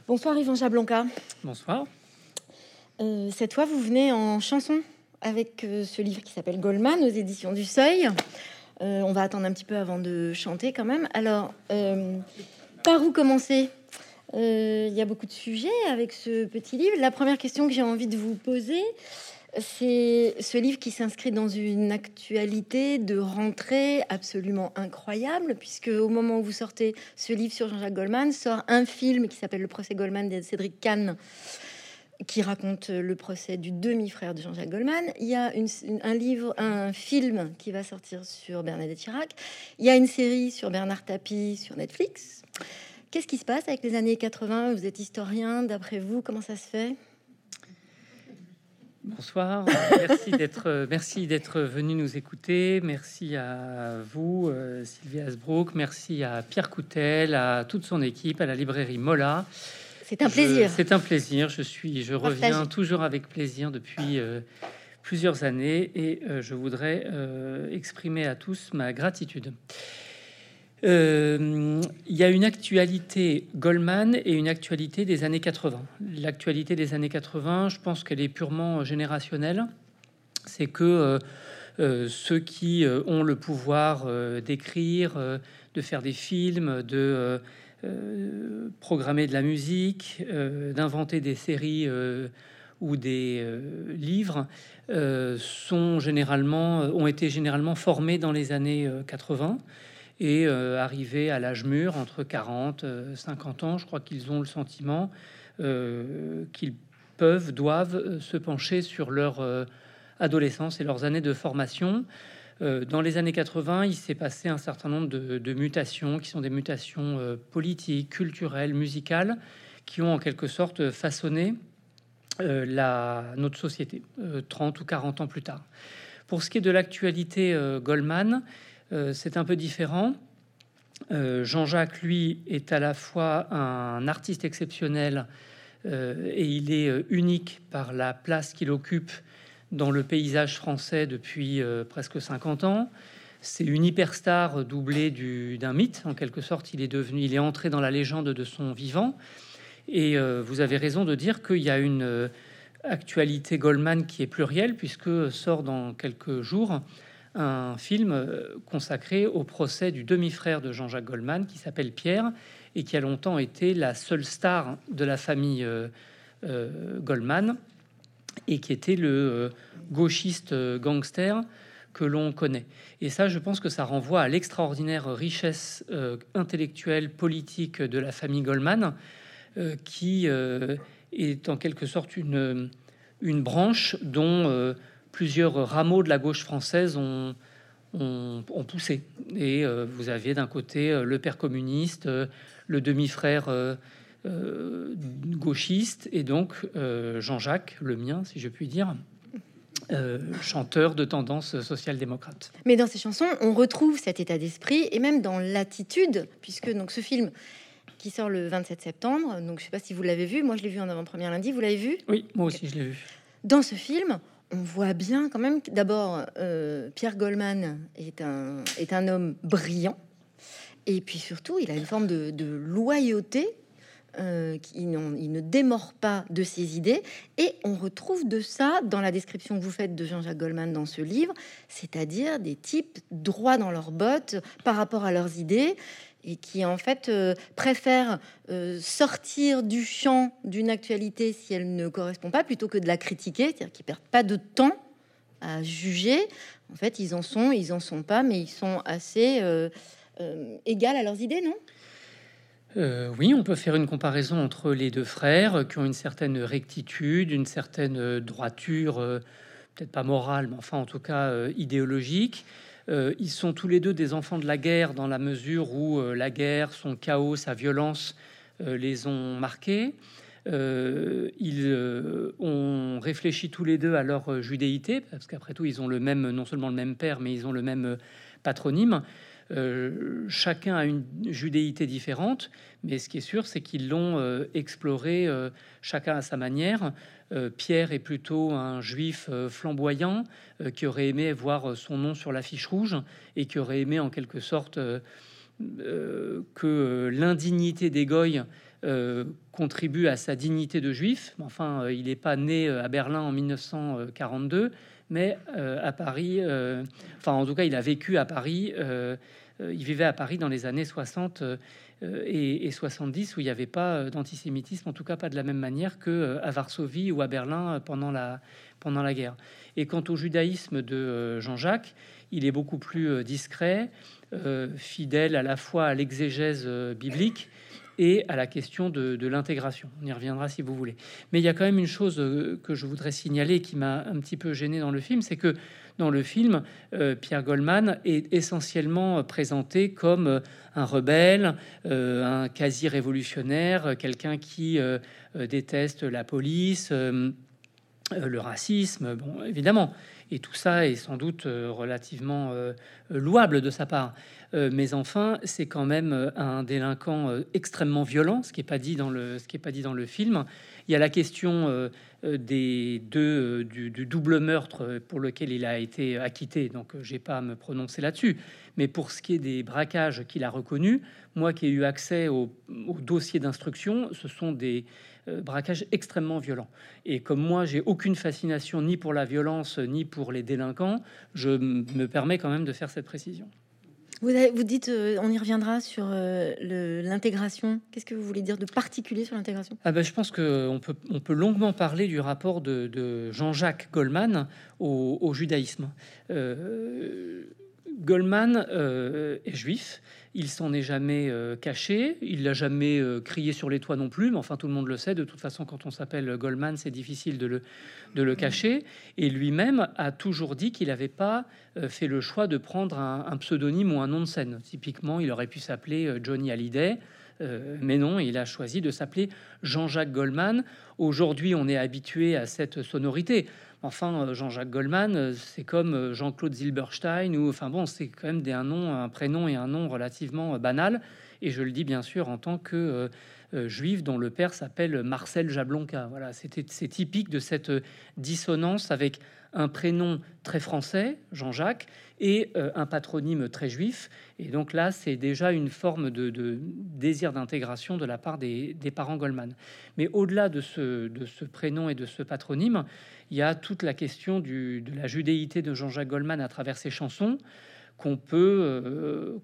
Bonsoir Yvan Jablonka. Bonsoir. Cette fois, vous venez en chanson avec ce livre qui s'appelle Goldman aux éditions du Seuil. On va attendre un petit peu avant de chanter quand même. Alors, par où commencer? Il y a beaucoup de sujets avec ce petit livre. La première question que j'ai envie de vous poser, c'est ce livre qui s'inscrit dans une actualité de rentrée absolument incroyable, puisque au moment où vous sortez ce livre sur Jean-Jacques Goldman, sort un film qui s'appelle Le procès Goldman de Cédric Kahn, qui raconte le procès du demi-frère de Jean-Jacques Goldman. Il y a un film qui va sortir sur Bernadette Chirac. Il y a une série sur Bernard Tapie sur Netflix. Qu'est-ce qui se passe avec les années 80? Vous êtes historien, d'après vous, comment ça se fait? Bonsoir. Merci d'être venu nous écouter. Merci à vous, Sylvie Asbrook. Merci à Pierre Coutel, à toute son équipe, à la librairie Mola. C'est un plaisir. C'est un plaisir. Je reviens toujours avec plaisir depuis plusieurs années et je voudrais exprimer à tous ma gratitude. Il y a une actualité Goldman et une actualité des années 80. L'actualité des années 80, je pense qu'elle est purement générationnelle. C'est que ceux qui ont le pouvoir d'écrire, de faire des films, de programmer de la musique, d'inventer des séries ou des livres, ont été généralement formés dans les années 80. Et arrivé à l'âge mûr, entre 40 50 ans, je crois qu'ils ont le sentiment qu'ils doivent se pencher sur leur adolescence et leurs années de formation. Dans les années 80, il s'est passé un certain nombre de mutations, qui sont des mutations politiques, culturelles, musicales, qui ont en quelque sorte façonné notre société 30 ou 40 ans plus tard. Pour ce qui est de l'actualité Goldman, c'est un peu différent. Jean-Jacques, lui, est à la fois un artiste exceptionnel et il est unique par la place qu'il occupe dans le paysage français depuis presque 50 ans. C'est une hyperstar doublée d'un mythe, en quelque sorte. Il est entré dans la légende de son vivant. Et vous avez raison de dire qu'il y a une actualité Goldman qui est plurielle, puisque sort dans quelques jours un film consacré au procès du demi-frère de Jean-Jacques Goldman qui s'appelle Pierre et qui a longtemps été la seule star de la famille Goldman et qui était le gauchiste gangster que l'on connaît. Et ça, je pense que ça renvoie à l'extraordinaire richesse intellectuelle, politique de la famille Goldman qui est en quelque sorte une branche dont plusieurs rameaux de la gauche française ont poussé. Et vous avez d'un côté le père communiste, le demi-frère gauchiste, et donc Jean-Jacques, le mien, si je puis dire, chanteur de tendance social-démocrate. Mais dans ces chansons, on retrouve cet état d'esprit, et même dans l'attitude, puisque donc ce film qui sort le 27 septembre, donc je sais pas si vous l'avez vu, moi je l'ai vu en avant-première lundi, vous l'avez vu? Oui, moi aussi je l'ai vu. Dans ce film, on voit bien quand même que d'abord Pierre Goldman est un homme brillant, et puis surtout il a une forme de loyauté, il ne démord pas de ses idées, et on retrouve de ça dans la description que vous faites de Jean-Jacques Goldman dans ce livre, c'est-à-dire des types droits dans leurs bottes par rapport à leurs idées, et qui en fait préfèrent sortir du champ d'une actualité si elle ne correspond pas, plutôt que de la critiquer, c'est-à-dire qu'ils perdent pas de temps à juger. En fait, ils en sont pas, mais ils sont assez égales à leurs idées, non? Oui, on peut faire une comparaison entre les deux frères qui ont une certaine rectitude, une certaine droiture, peut-être pas morale, mais enfin en tout cas idéologique. Ils sont tous les deux des enfants de la guerre dans la mesure où la guerre, son chaos, sa violence les ont marqués. Ils ont réfléchi tous les deux à leur judéité, parce qu'après tout, ils ont non seulement le même père, mais ils ont le même patronyme. Chacun a une judéité différente, mais ce qui est sûr, c'est qu'ils l'ont exploré chacun à sa manière. Pierre est plutôt un juif flamboyant qui aurait aimé voir son nom sur l'affiche rouge et qui aurait aimé en quelque sorte que l'indignité des Goy contribue à sa dignité de juif. Enfin, il n'est pas né à Berlin en 1942, mais à Paris, enfin en tout cas, il a vécu à Paris, il vivait à Paris dans les années 60 et 70, où il n'y avait pas d'antisémitisme, en tout cas pas de la même manière que à Varsovie ou à Berlin pendant la guerre. Et quant au judaïsme de Jean-Jacques, il est beaucoup plus discret, fidèle à la fois à l'exégèse biblique et à la question de l'intégration. On y reviendra si vous voulez. Mais il y a quand même une chose que je voudrais signaler qui m'a un petit peu gêné dans le film, c'est que dans le film, Pierre Goldman est essentiellement présenté comme un rebelle, un quasi-révolutionnaire, quelqu'un qui déteste la police, le racisme, bon, évidemment. Et tout ça est sans doute relativement louable de sa part. Mais enfin, c'est quand même un délinquant extrêmement violent, ce qui n'est pas dit dans le film. Il y a la question du double meurtre pour lequel il a été acquitté, donc j'ai pas à me prononcer là-dessus. Mais pour ce qui est des braquages qu'il a reconnus, moi qui ai eu accès au dossier d'instruction, ce sont des braquages extrêmement violents. Et comme moi, j'ai aucune fascination ni pour la violence ni pour les délinquants, je me permets quand même de faire cette précision. Vous dites, on y reviendra sur l'intégration. Qu'est-ce que vous voulez dire de particulier sur l'intégration? Je pense qu'on peut longuement parler du rapport de Jean-Jacques Goldman au judaïsme. Goldman est juif, il s'en est jamais caché, il l'a jamais crié sur les toits non plus, mais enfin tout le monde le sait, de toute façon quand on s'appelle Goldman c'est difficile de le cacher, et lui-même a toujours dit qu'il n'avait pas fait le choix de prendre un pseudonyme ou un nom de scène. Typiquement il aurait pu s'appeler Johnny Hallyday, mais non, il a choisi de s'appeler Jean-Jacques Goldman. Aujourd'hui on est habitué à cette sonorité. Enfin, Jean-Jacques Goldman, c'est comme Jean-Claude Zilberstein, ou enfin bon, c'est quand même un prénom et un nom relativement banal. Et je le dis bien sûr en tant que juif dont le père s'appelle Marcel Jablonka. Voilà, c'est typique de cette dissonance avec un prénom très français, Jean-Jacques, et un patronyme très juif. Et donc là, c'est déjà une forme de désir d'intégration de la part des parents Goldman. Mais au-delà de ce prénom et de ce patronyme, il y a toute la question de la judéité de Jean-Jacques Goldman à travers ses chansons qu'on peut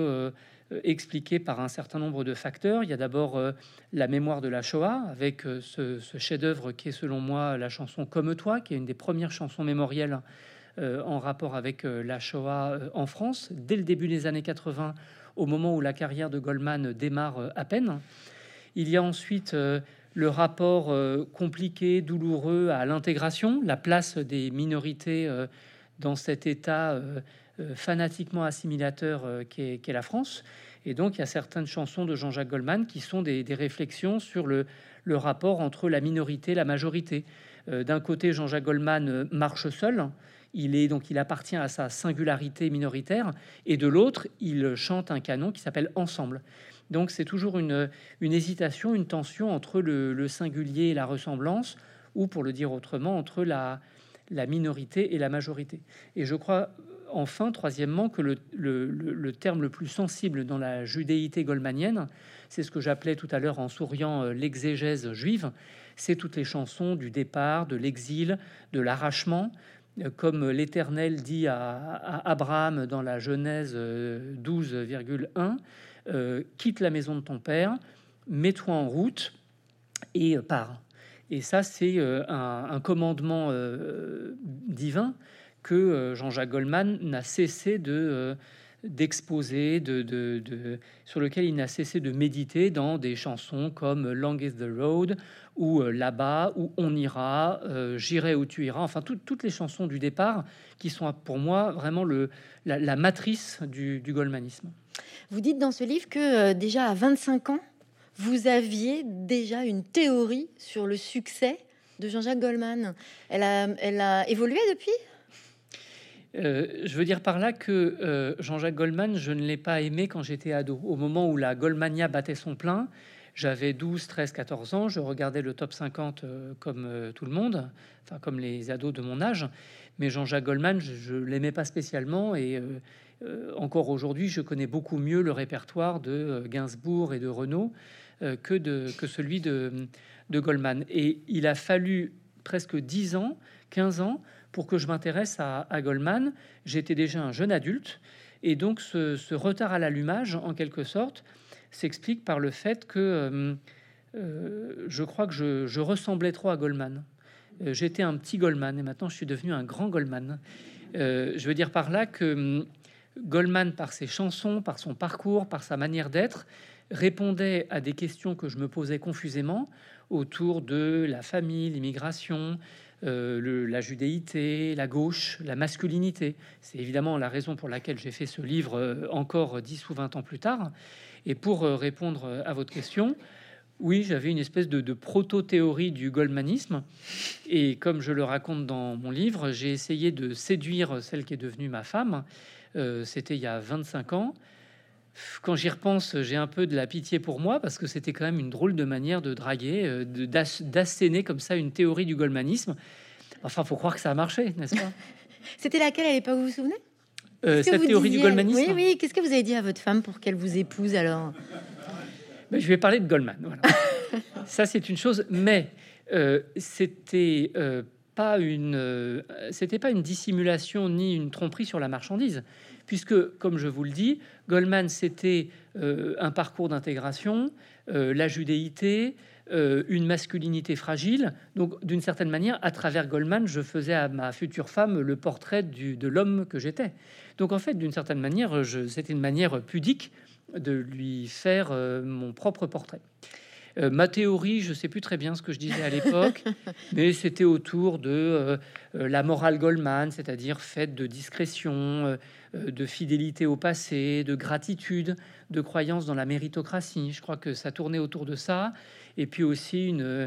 expliquer par un certain nombre de facteurs. Il y a d'abord la mémoire de la Shoah, avec ce chef-d'œuvre qui est selon moi la chanson Comme toi, qui est une des premières chansons mémorielles en rapport avec la Shoah en France, dès le début des années 80, au moment où la carrière de Goldman démarre à peine. Il y a ensuite le rapport compliqué, douloureux à l'intégration, la place des minorités dans cet état fanatiquement assimilateur qu'est la France. Et donc, il y a certaines chansons de Jean-Jacques Goldman qui sont des réflexions sur le rapport entre la minorité et la majorité. D'un côté, Jean-Jacques Goldman marche seul. Il appartient à sa singularité minoritaire. Et de l'autre, il chante un canon qui s'appelle Ensemble. Donc, c'est toujours une hésitation, une tension entre le singulier et la ressemblance, ou pour le dire autrement, entre la minorité et la majorité. Et je crois, enfin, troisièmement, que le terme le plus sensible dans la judéité goldmanienne, c'est ce que j'appelais tout à l'heure en souriant l'exégèse juive, c'est toutes les chansons du départ, de l'exil, de l'arrachement, comme l'Éternel dit à Abraham dans la Genèse 12,1, quitte la maison de ton père, mets-toi en route et pars. Et ça, c'est un commandement divin que Jean-Jacques Goldman n'a cessé d'exposer, sur lequel il n'a cessé de méditer dans des chansons comme Long is the Road, ou Là-bas, ou On ira, J'irai où tu iras, enfin toutes les chansons du départ qui sont pour moi vraiment la matrice du goldmanisme. Vous dites dans ce livre que déjà à 25 ans, vous aviez déjà une théorie sur le succès de Jean-Jacques Goldman. Elle a évolué depuis? Je veux dire par là que Jean-Jacques Goldman, je ne l'ai pas aimé quand j'étais ado. Au moment où la Goldmania battait son plein, j'avais 12, 13, 14 ans, je regardais le top 50 comme tout le monde, enfin comme les ados de mon âge, mais Jean-Jacques Goldman, je l'aimais pas spécialement, et encore aujourd'hui, je connais beaucoup mieux le répertoire de Gainsbourg et de Renaud. que celui de Goldman. Et il a fallu presque 10 ans, 15 ans, pour que je m'intéresse à Goldman. J'étais déjà un jeune adulte, et donc ce retard à l'allumage, en quelque sorte, s'explique par le fait que je crois que je ressemblais trop à Goldman. J'étais un petit Goldman, et maintenant je suis devenu un grand Goldman. Je veux dire par là que Goldman, par ses chansons, par son parcours, par sa manière d'être, répondait à des questions que je me posais confusément autour de la famille, l'immigration, la judéité, la gauche, la masculinité. C'est évidemment la raison pour laquelle j'ai fait ce livre encore 10 ou 20 ans plus tard. Et pour répondre à votre question, oui, j'avais une espèce de proto-théorie du goldmanisme. Et comme je le raconte dans mon livre, j'ai essayé de séduire celle qui est devenue ma femme. C'était il y a 25 ans. Quand j'y repense, j'ai un peu de la pitié pour moi parce que c'était quand même une drôle de manière de draguer, d'asséner comme ça une théorie du goldmanisme. Enfin, faut croire que ça a marché, n'est-ce pas? C'était laquelle à l'époque, vous vous souvenez? Cette théorie du goldmanisme. Oui, oui. Qu'est-ce que vous avez dit à votre femme pour qu'elle vous épouse alors? Ben, je vais parler de Goldman. Voilà. Ça, c'est une chose, mais c'était pas une dissimulation ni une tromperie sur la marchandise, puisque, comme je vous le dis, Goldman, c'était un parcours d'intégration, la judéité, une masculinité fragile. Donc, d'une certaine manière, à travers Goldman, je faisais à ma future femme le portrait de l'homme que j'étais. Donc, en fait, d'une certaine manière, c'était une manière pudique de lui faire mon propre portrait. Ma théorie, je sais plus très bien ce que je disais à l'époque, mais c'était autour de la morale Goldman, c'est-à-dire faite de discrétion, de fidélité au passé, de gratitude, de croyance dans la méritocratie. Je crois que ça tournait autour de ça, et puis aussi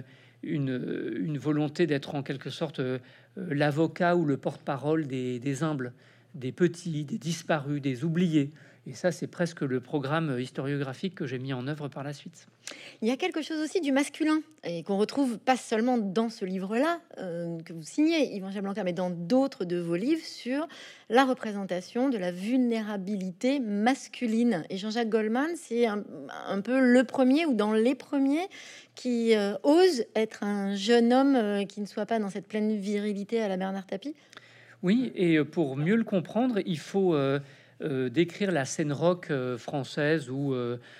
une volonté d'être en quelque sorte l'avocat ou le porte-parole des humbles, des petits, des disparus, des oubliés. Et ça, c'est presque le programme historiographique que j'ai mis en œuvre par la suite. Il y a quelque chose aussi du masculin et qu'on retrouve pas seulement dans ce livre-là que vous signez, Yvan Jablanca, mais dans d'autres de vos livres sur la représentation de la vulnérabilité masculine. Et Jean-Jacques Goldman, c'est un peu le premier ou dans les premiers qui ose être un jeune homme qui ne soit pas dans cette pleine virilité à la Bernard Tapie. Oui, et pour mieux le comprendre, il faut décrire la scène rock française ou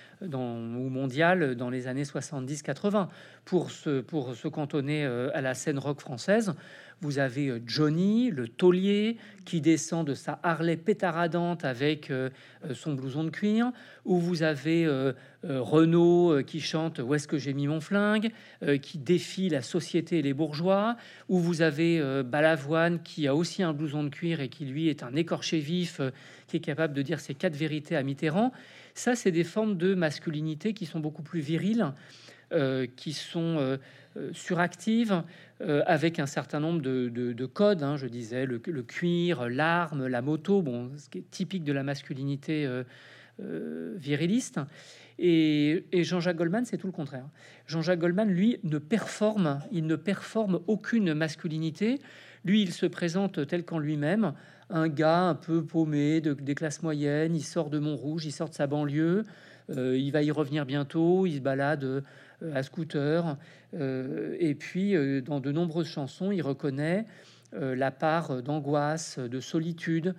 mondiale dans les années 70-80. Pour se cantonner à la scène rock française, vous avez Johnny, le taulier, qui descend de sa Harley pétaradante avec son blouson de cuir, ou vous avez Renaud qui chante « Où est-ce que j'ai mis mon flingue ?» qui défie la société et les bourgeois, ou vous avez Balavoine qui a aussi un blouson de cuir et qui, lui, est un écorché vif qui est capable de dire ses 4 vérités à Mitterrand. Ça, c'est des formes de masculinité qui sont beaucoup plus viriles, qui sont suractives, avec un certain nombre de codes. Je disais le cuir, l'arme, la moto, bon, ce qui est typique de la masculinité viriliste. Et Jean-Jacques Goldman, c'est tout le contraire. Jean-Jacques Goldman, lui, il ne performe aucune masculinité. Lui, il se présente tel qu'en lui-même, un gars un peu paumé des classes moyennes. Il sort de Montrouge, il sort de sa banlieue. Il va y revenir bientôt. Il se balade à scooter. Et puis, dans de nombreuses chansons, il reconnaît la part d'angoisse, de solitude,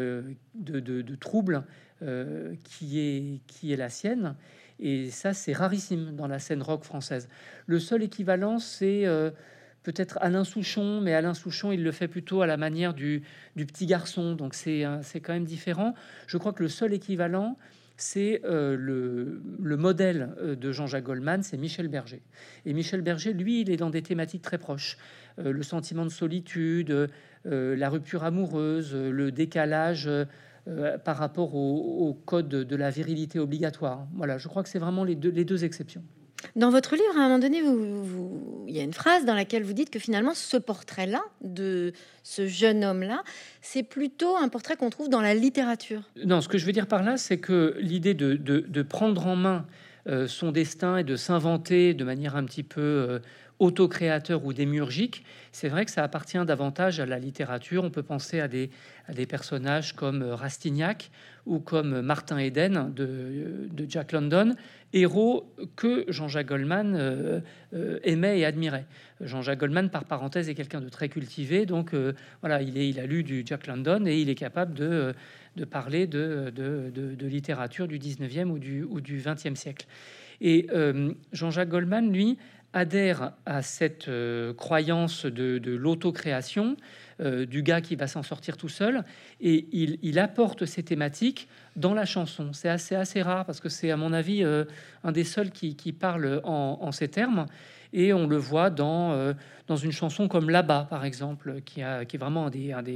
de trouble qui est la sienne. Et ça, c'est rarissime dans la scène rock française. Le seul équivalent, c'est peut-être Alain Souchon, mais Alain Souchon, il le fait plutôt à la manière du petit garçon. Donc, c'est quand même différent. Je crois que le seul équivalent, c'est le modèle de Jean-Jacques Goldman, c'est Michel Berger. Et Michel Berger, lui, il est dans des thématiques très proches. Le sentiment de solitude, la rupture amoureuse, le décalage par rapport au code de la virilité obligatoire. Voilà, je crois que c'est vraiment les deux exceptions. Dans votre livre, à un moment donné, il y a une phrase dans laquelle vous dites que finalement, ce portrait-là, de ce jeune homme-là, c'est plutôt un portrait qu'on trouve dans la littérature. Non, ce que je veux dire par là, c'est que l'idée de prendre en main son destin et de s'inventer de manière un petit peu autocréateur ou démiurgique, c'est vrai que ça appartient davantage à la littérature. On peut penser à des personnages comme Rastignac ou comme Martin Eden de Jack London, héros que Jean-Jacques Goldman aimait et admirait. Jean-Jacques Goldman, par parenthèse, est quelqu'un de très cultivé, donc voilà, il a lu du Jack London et il est capable de parler de littérature du 19e ou du 20e siècle. Et Jean-Jacques Goldman, lui, adhère à cette croyance de l'autocréation, du gars qui va s'en sortir tout seul, et il apporte ces thématiques dans la chanson. C'est assez rare, parce que c'est, à mon avis, un des seuls qui parle en ces termes, et on le voit dans une chanson comme Là-bas, par exemple, qui est vraiment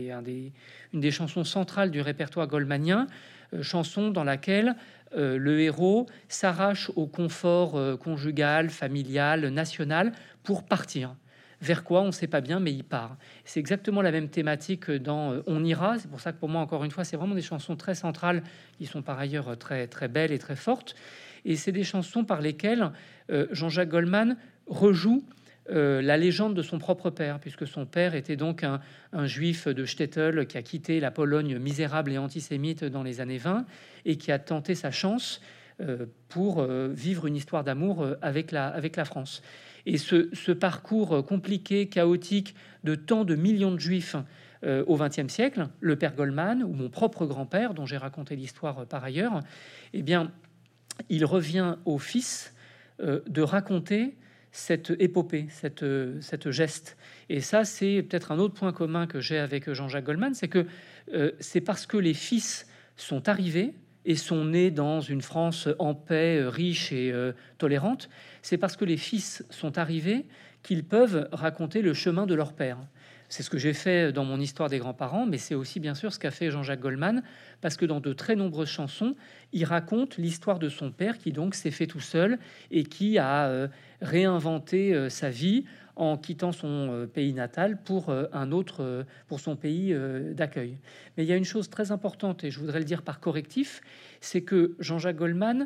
une des chansons centrales du répertoire goldmanien, chanson dans laquelle le héros s'arrache au confort conjugal, familial, national pour partir. Vers quoi, on ne sait pas bien, mais il part. C'est exactement la même thématique dans On ira. C'est pour ça que pour moi, encore une fois, c'est vraiment des chansons très centrales qui sont par ailleurs très, très belles et très fortes. Et c'est des chansons par lesquelles Jean-Jacques Goldman rejoue la légende de son propre père, puisque son père était donc un juif de Shtetl qui a quitté la Pologne misérable et antisémite dans les années 20 et qui a tenté sa chance pour vivre une histoire d'amour avec la France. Et ce parcours compliqué, chaotique de tant de millions de juifs au XXe siècle, le père Goldman ou mon propre grand-père, dont j'ai raconté l'histoire par ailleurs, eh bien, il revient au fils de raconter cette épopée, cette geste. Et ça, c'est peut-être un autre point commun que j'ai avec Jean-Jacques Goldman, c'est que c'est parce que les fils sont arrivés et sont nés dans une France en paix, riche et tolérante, c'est parce que les fils sont arrivés qu'ils peuvent raconter le chemin de leur père. C'est ce que j'ai fait dans mon histoire des grands-parents, mais c'est aussi bien sûr ce qu'a fait Jean-Jacques Goldman, parce que dans de très nombreuses chansons, il raconte l'histoire de son père qui donc s'est fait tout seul et qui a réinventé sa vie en quittant son pays natal pour pour son pays d'accueil. Mais il y a une chose très importante, et je voudrais le dire par correctif, c'est que Jean-Jacques Goldman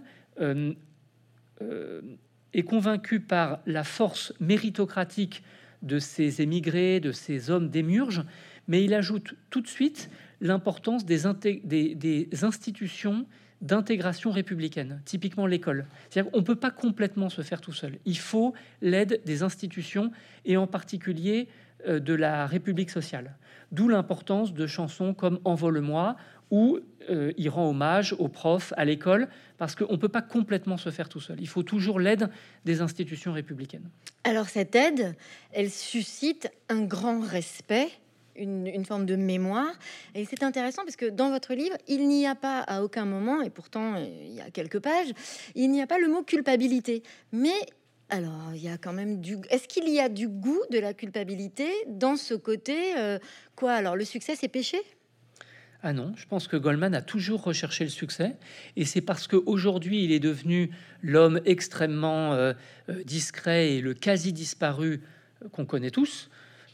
est convaincu par la force méritocratique de ces émigrés, de ces hommes démiurges, mais il ajoute tout de suite l'importance des institutions d'intégration républicaine, typiquement l'école. C'est-à-dire qu'on ne peut pas complètement se faire tout seul. Il faut l'aide des institutions, et en particulier de la République sociale. D'où l'importance de chansons comme Envole-moi, où il rend hommage aux profs, à l'école, parce qu'on ne peut pas complètement se faire tout seul. Il faut toujours l'aide des institutions républicaines. Alors cette aide, elle suscite un grand respect, une forme de mémoire. Et c'est intéressant parce que dans votre livre, il n'y a pas à aucun moment, et pourtant il y a quelques pages, il n'y a pas le mot culpabilité. Mais alors, il y a quand même du... Est-ce qu'il y a du goût de la culpabilité dans ce côté quoi? Alors, le succès, c'est péché? Ah non, je pense que Goldman a toujours recherché le succès, et c'est parce qu'aujourd'hui il est devenu l'homme extrêmement discret et le quasi disparu qu'on connaît tous.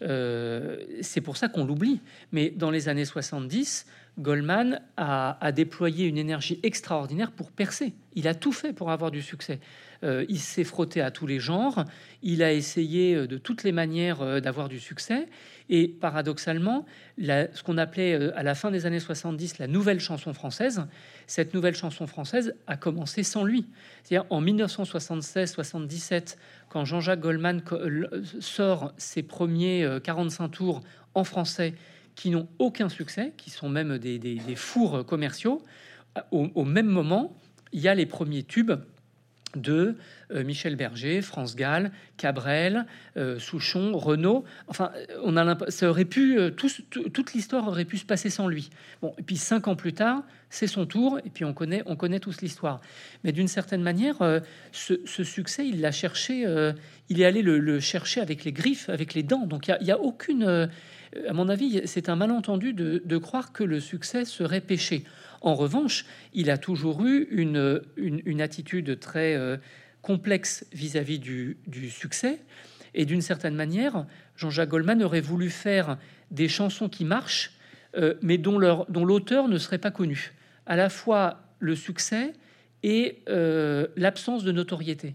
C'est pour ça qu'on l'oublie. Mais dans les années 70, Goldman a déployé une énergie extraordinaire pour percer. Il a tout fait pour avoir du succès. Il s'est frotté à tous les genres. Il a essayé de toutes les manières d'avoir du succès. Et paradoxalement, ce qu'on appelait à la fin des années 70 la nouvelle chanson française, cette nouvelle chanson française a commencé sans lui. C'est-à-dire en 1976-77, quand Jean-Jacques Goldman sort ses premiers 45 tours en français qui n'ont aucun succès, qui sont même des fours commerciaux, au même moment, il y a les premiers tubes de Michel Berger, France Gall, Cabrel, Souchon, Renaud. Enfin, ça aurait pu toute l'histoire aurait pu se passer sans lui. Bon, et puis 5 ans plus tard, c'est son tour, et puis on connaît tous l'histoire. Mais d'une certaine manière, ce succès, il l'a cherché, il est allé le chercher avec les griffes, avec les dents. Donc il y a aucune, à mon avis, c'est un malentendu de croire que le succès serait péché. En revanche, il a toujours eu une attitude très complexe vis-à-vis du succès. Et d'une certaine manière, Jean-Jacques Goldman aurait voulu faire des chansons qui marchent, mais dont l'auteur ne serait pas connu. À la fois le succès et l'absence de notoriété.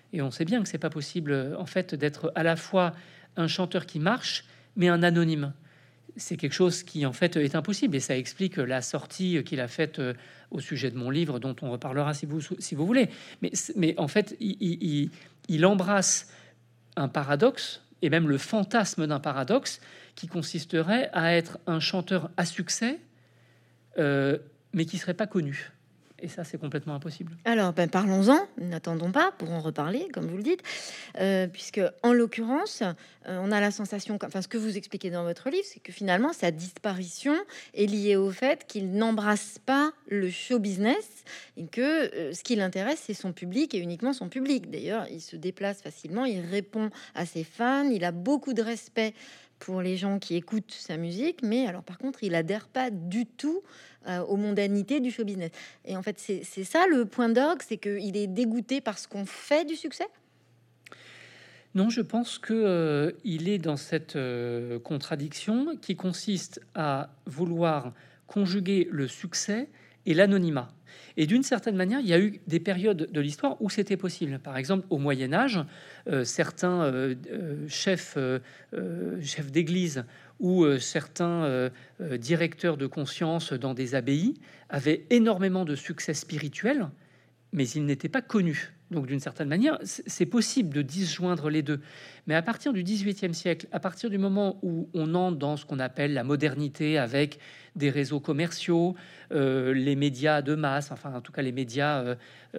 Et on sait bien que c'est pas possible, en fait, d'être à la fois un chanteur qui marche, mais un anonyme. C'est quelque chose qui, en fait, est impossible. Et ça explique la sortie qu'il a faite au sujet de mon livre, dont on reparlera si vous voulez. Mais en fait, il embrasse un paradoxe, et même le fantasme d'un paradoxe, qui consisterait à être un chanteur à succès, mais qui serait pas connu. Et ça, c'est complètement impossible. Alors, parlons-en, n'attendons pas pour en reparler, comme vous le dites, puisque en l'occurrence, on a la sensation, enfin, ce que vous expliquez dans votre livre, c'est que finalement, sa disparition est liée au fait qu'il n'embrasse pas le show business et que ce qui l'intéresse, c'est son public et uniquement son public. D'ailleurs, il se déplace facilement, il répond à ses fans, il a beaucoup de respect pour les gens qui écoutent sa musique, mais alors par contre, il adhère pas du tout aux mondanités du show business. Et en fait, c'est ça le point d'orgue, c'est qu'il est dégoûté par ce qu'on fait du succès. Non, je pense que il est dans cette contradiction qui consiste à vouloir conjuguer le succès et l'anonymat. Et d'une certaine manière, il y a eu des périodes de l'histoire où c'était possible. Par exemple, au Moyen Âge, certains chefs d'église ou certains directeurs de conscience dans des abbayes avaient énormément de succès spirituel, mais ils n'étaient pas connus. Donc, d'une certaine manière, c'est possible de disjoindre les deux. Mais à partir du XVIIIe siècle, à partir du moment où on entre dans ce qu'on appelle la modernité, avec des réseaux commerciaux, les médias de masse, enfin, en tout cas, les médias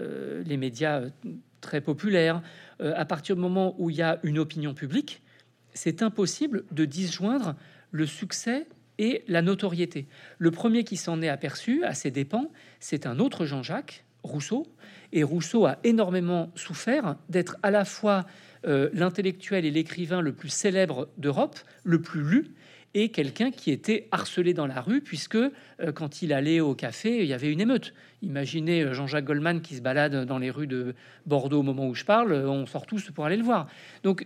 très populaires, à partir du moment où il y a une opinion publique, c'est impossible de disjoindre le succès et la notoriété. Le premier qui s'en est aperçu à ses dépens, c'est un autre Jean-Jacques, Rousseau. Et Rousseau a énormément souffert d'être à la fois l'intellectuel et l'écrivain le plus célèbre d'Europe, le plus lu, et quelqu'un qui était harcelé dans la rue, puisque quand il allait au café, il y avait une émeute. Imaginez Jean-Jacques Goldman qui se balade dans les rues de Bordeaux au moment où je parle, on sort tous pour aller le voir. Donc,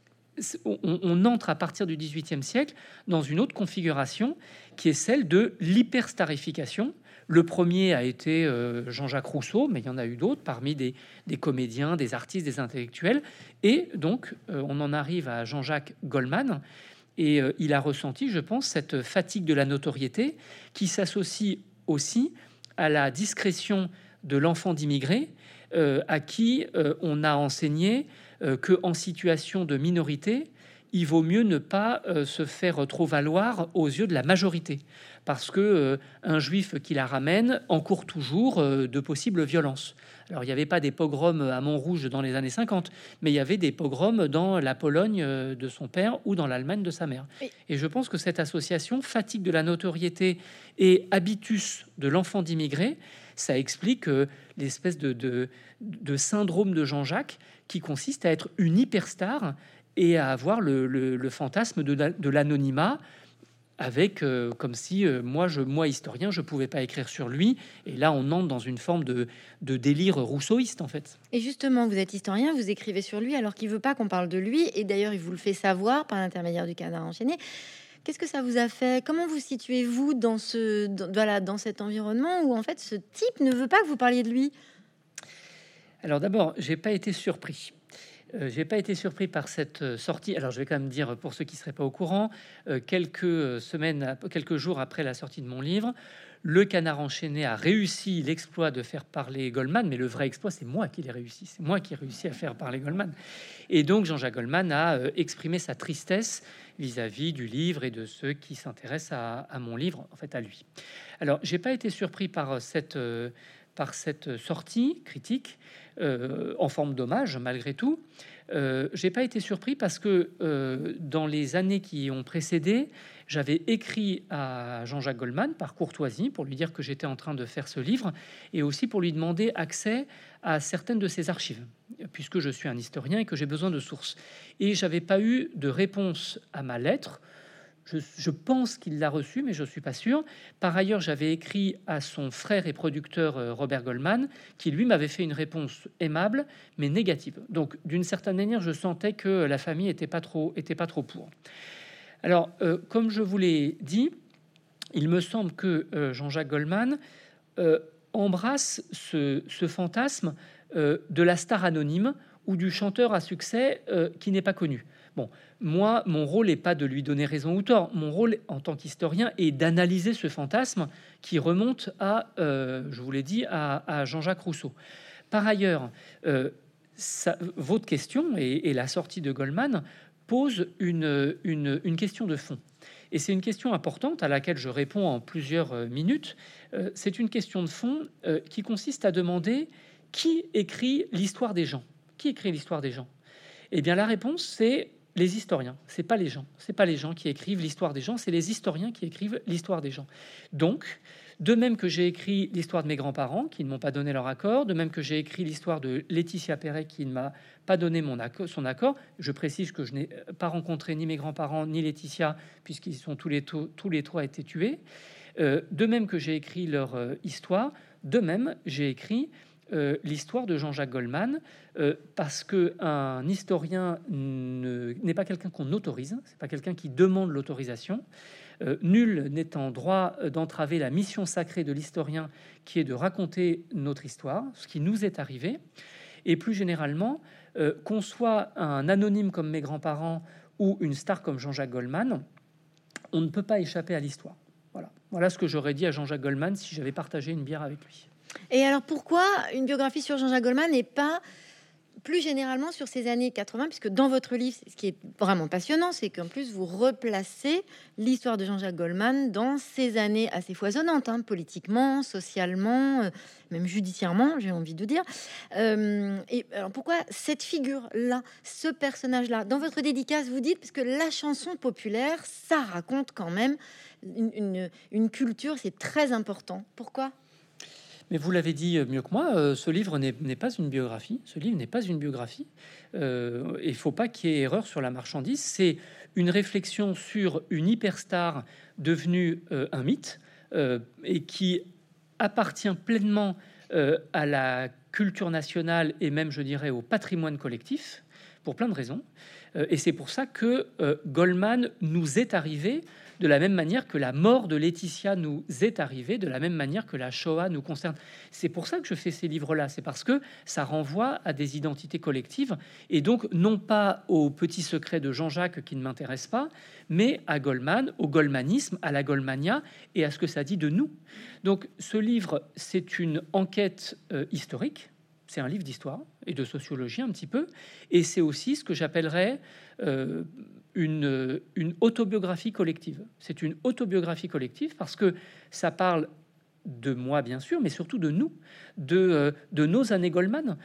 on entre à partir du XVIIIe siècle dans une autre configuration qui est celle de l'hyperstarification. Le premier a été Jean-Jacques Rousseau, mais il y en a eu d'autres parmi des comédiens, des artistes, des intellectuels. Et donc, on en arrive à Jean-Jacques Goldman. Et il a ressenti, je pense, cette fatigue de la notoriété qui s'associe aussi à la discrétion de l'enfant d'immigré à qui on a enseigné que en situation de minorité, il vaut mieux ne pas se faire trop valoir aux yeux de la majorité, parce que un juif qui la ramène encourt toujours de possibles violences. Alors, il n'y avait pas des pogroms à Montrouge dans les années 50, mais il y avait des pogroms dans la Pologne de son père ou dans l'Allemagne de sa mère. Oui. Et je pense que cette association, fatigue de la notoriété et habitus de l'enfant d'immigré, ça explique l'espèce de syndrome de Jean-Jacques qui consiste à être une hyperstar et à avoir le fantasme de l'anonymat, avec comme si moi historien, je pouvais pas écrire sur lui. Et là, on entre dans une forme de délire rousseauiste, en fait. Et justement, vous êtes historien, vous écrivez sur lui alors qu'il veut pas qu'on parle de lui, et d'ailleurs, il vous le fait savoir par l'intermédiaire du Canard enchaîné. Qu'est-ce que ça vous a fait? Comment vous situez-vous dans cet environnement où en fait ce type ne veut pas que vous parliez de lui? Alors d'abord, j'ai pas été surpris. J'ai pas été surpris par cette sortie. Alors, je vais quand même dire, pour ceux qui seraient pas au courant, quelques jours après la sortie de mon livre, le Canard enchaîné a réussi l'exploit de faire parler Goldman, mais le vrai exploit, c'est moi qui l'ai réussi. C'est moi qui ai réussi à faire parler Goldman. Et donc, Jean-Jacques Goldman a exprimé sa tristesse vis-à-vis du livre et de ceux qui s'intéressent à mon livre, en fait, à lui. Alors, j'ai pas été surpris par cette sortie critique en forme d'hommage, malgré tout. J'ai pas été surpris parce que dans les années qui ont précédé, j'avais écrit à Jean-Jacques Goldman par courtoisie pour lui dire que j'étais en train de faire ce livre et aussi pour lui demander accès à certaines de ses archives, puisque je suis un historien et que j'ai besoin de sources. Et j'avais pas eu de réponse à ma lettre. Je pense qu'il l'a reçu, mais je ne suis pas sûr. Par ailleurs, j'avais écrit à son frère et producteur Robert Goldman, qui lui m'avait fait une réponse aimable, mais négative. Donc, d'une certaine manière, je sentais que la famille était pas trop pour. Alors, comme je vous l'ai dit, il me semble que Jean-Jacques Goldman embrasse ce fantasme de la star anonyme, ou du chanteur à succès qui n'est pas connu. Bon, moi, mon rôle n'est pas de lui donner raison ou tort. Mon rôle en tant qu'historien est d'analyser ce fantasme qui remonte à, je vous l'ai dit, à Jean-Jacques Rousseau. Par ailleurs, votre question et la sortie de Goldman pose une question de fond. Et c'est une question importante à laquelle je réponds en plusieurs minutes. C'est une question de fond qui consiste à demander qui écrit l'histoire des gens. Qui écrit l'histoire des gens? Eh bien, la réponse, c'est les historiens. C'est pas les gens. C'est pas les gens qui écrivent l'histoire des gens. C'est les historiens qui écrivent l'histoire des gens. Donc, de même que j'ai écrit l'histoire de mes grands-parents qui ne m'ont pas donné leur accord, de même que j'ai écrit l'histoire de Laetitia Perret qui ne m'a pas donné son accord, je précise que je n'ai pas rencontré ni mes grands-parents ni Laetitia puisqu'ils sont tous les trois été tués. De même que j'ai écrit leur histoire, de même j'ai écrit l'histoire de Jean-Jacques Goldman, parce que un historien n'est pas quelqu'un qu'on autorise, c'est pas quelqu'un qui demande l'autorisation. Nul n'est en droit d'entraver la mission sacrée de l'historien, qui est de raconter notre histoire, ce qui nous est arrivé. Et plus généralement, qu'on soit un anonyme comme mes grands-parents ou une star comme Jean-Jacques Goldman, on ne peut pas échapper à l'histoire. Voilà ce que j'aurais dit à Jean-Jacques Goldman si j'avais partagé une bière avec lui. Et alors pourquoi une biographie sur Jean-Jacques Goldman et pas plus généralement sur ces années 80, puisque dans votre livre, ce qui est vraiment passionnant, c'est qu'en plus vous replacez l'histoire de Jean-Jacques Goldman dans ces années assez foisonnantes, hein, politiquement, socialement, même judiciairement, j'ai envie de dire. Et alors pourquoi cette figure-là, ce personnage-là? Dans votre dédicace, vous dites, parce que la chanson populaire, ça raconte quand même une culture, c'est très important. Pourquoi? Mais vous l'avez dit mieux que moi, ce livre n'est pas une biographie. Ce livre n'est pas une biographie. Il ne faut pas qu'il y ait erreur sur la marchandise. C'est une réflexion sur une hyperstar devenue un mythe et qui appartient pleinement à la culture nationale et même, je dirais, au patrimoine collectif, pour plein de raisons. Et c'est pour ça que Goldman nous est arrivé de la même manière que la mort de Laetitia nous est arrivée, de la même manière que la Shoah nous concerne. C'est pour ça que je fais ces livres-là, c'est parce que ça renvoie à des identités collectives, et donc non pas aux petits secrets de Jean-Jacques qui ne m'intéressent pas, mais à Goldman, au goldmanisme, à la Goldmania, et à ce que ça dit de nous. Donc ce livre, c'est une enquête historique, c'est un livre d'histoire et de sociologie un petit peu, et c'est aussi ce que j'appellerais une autobiographie collective. C'est une autobiographie collective parce que ça parle de moi, bien sûr, mais surtout de nous, de nos années Goldman,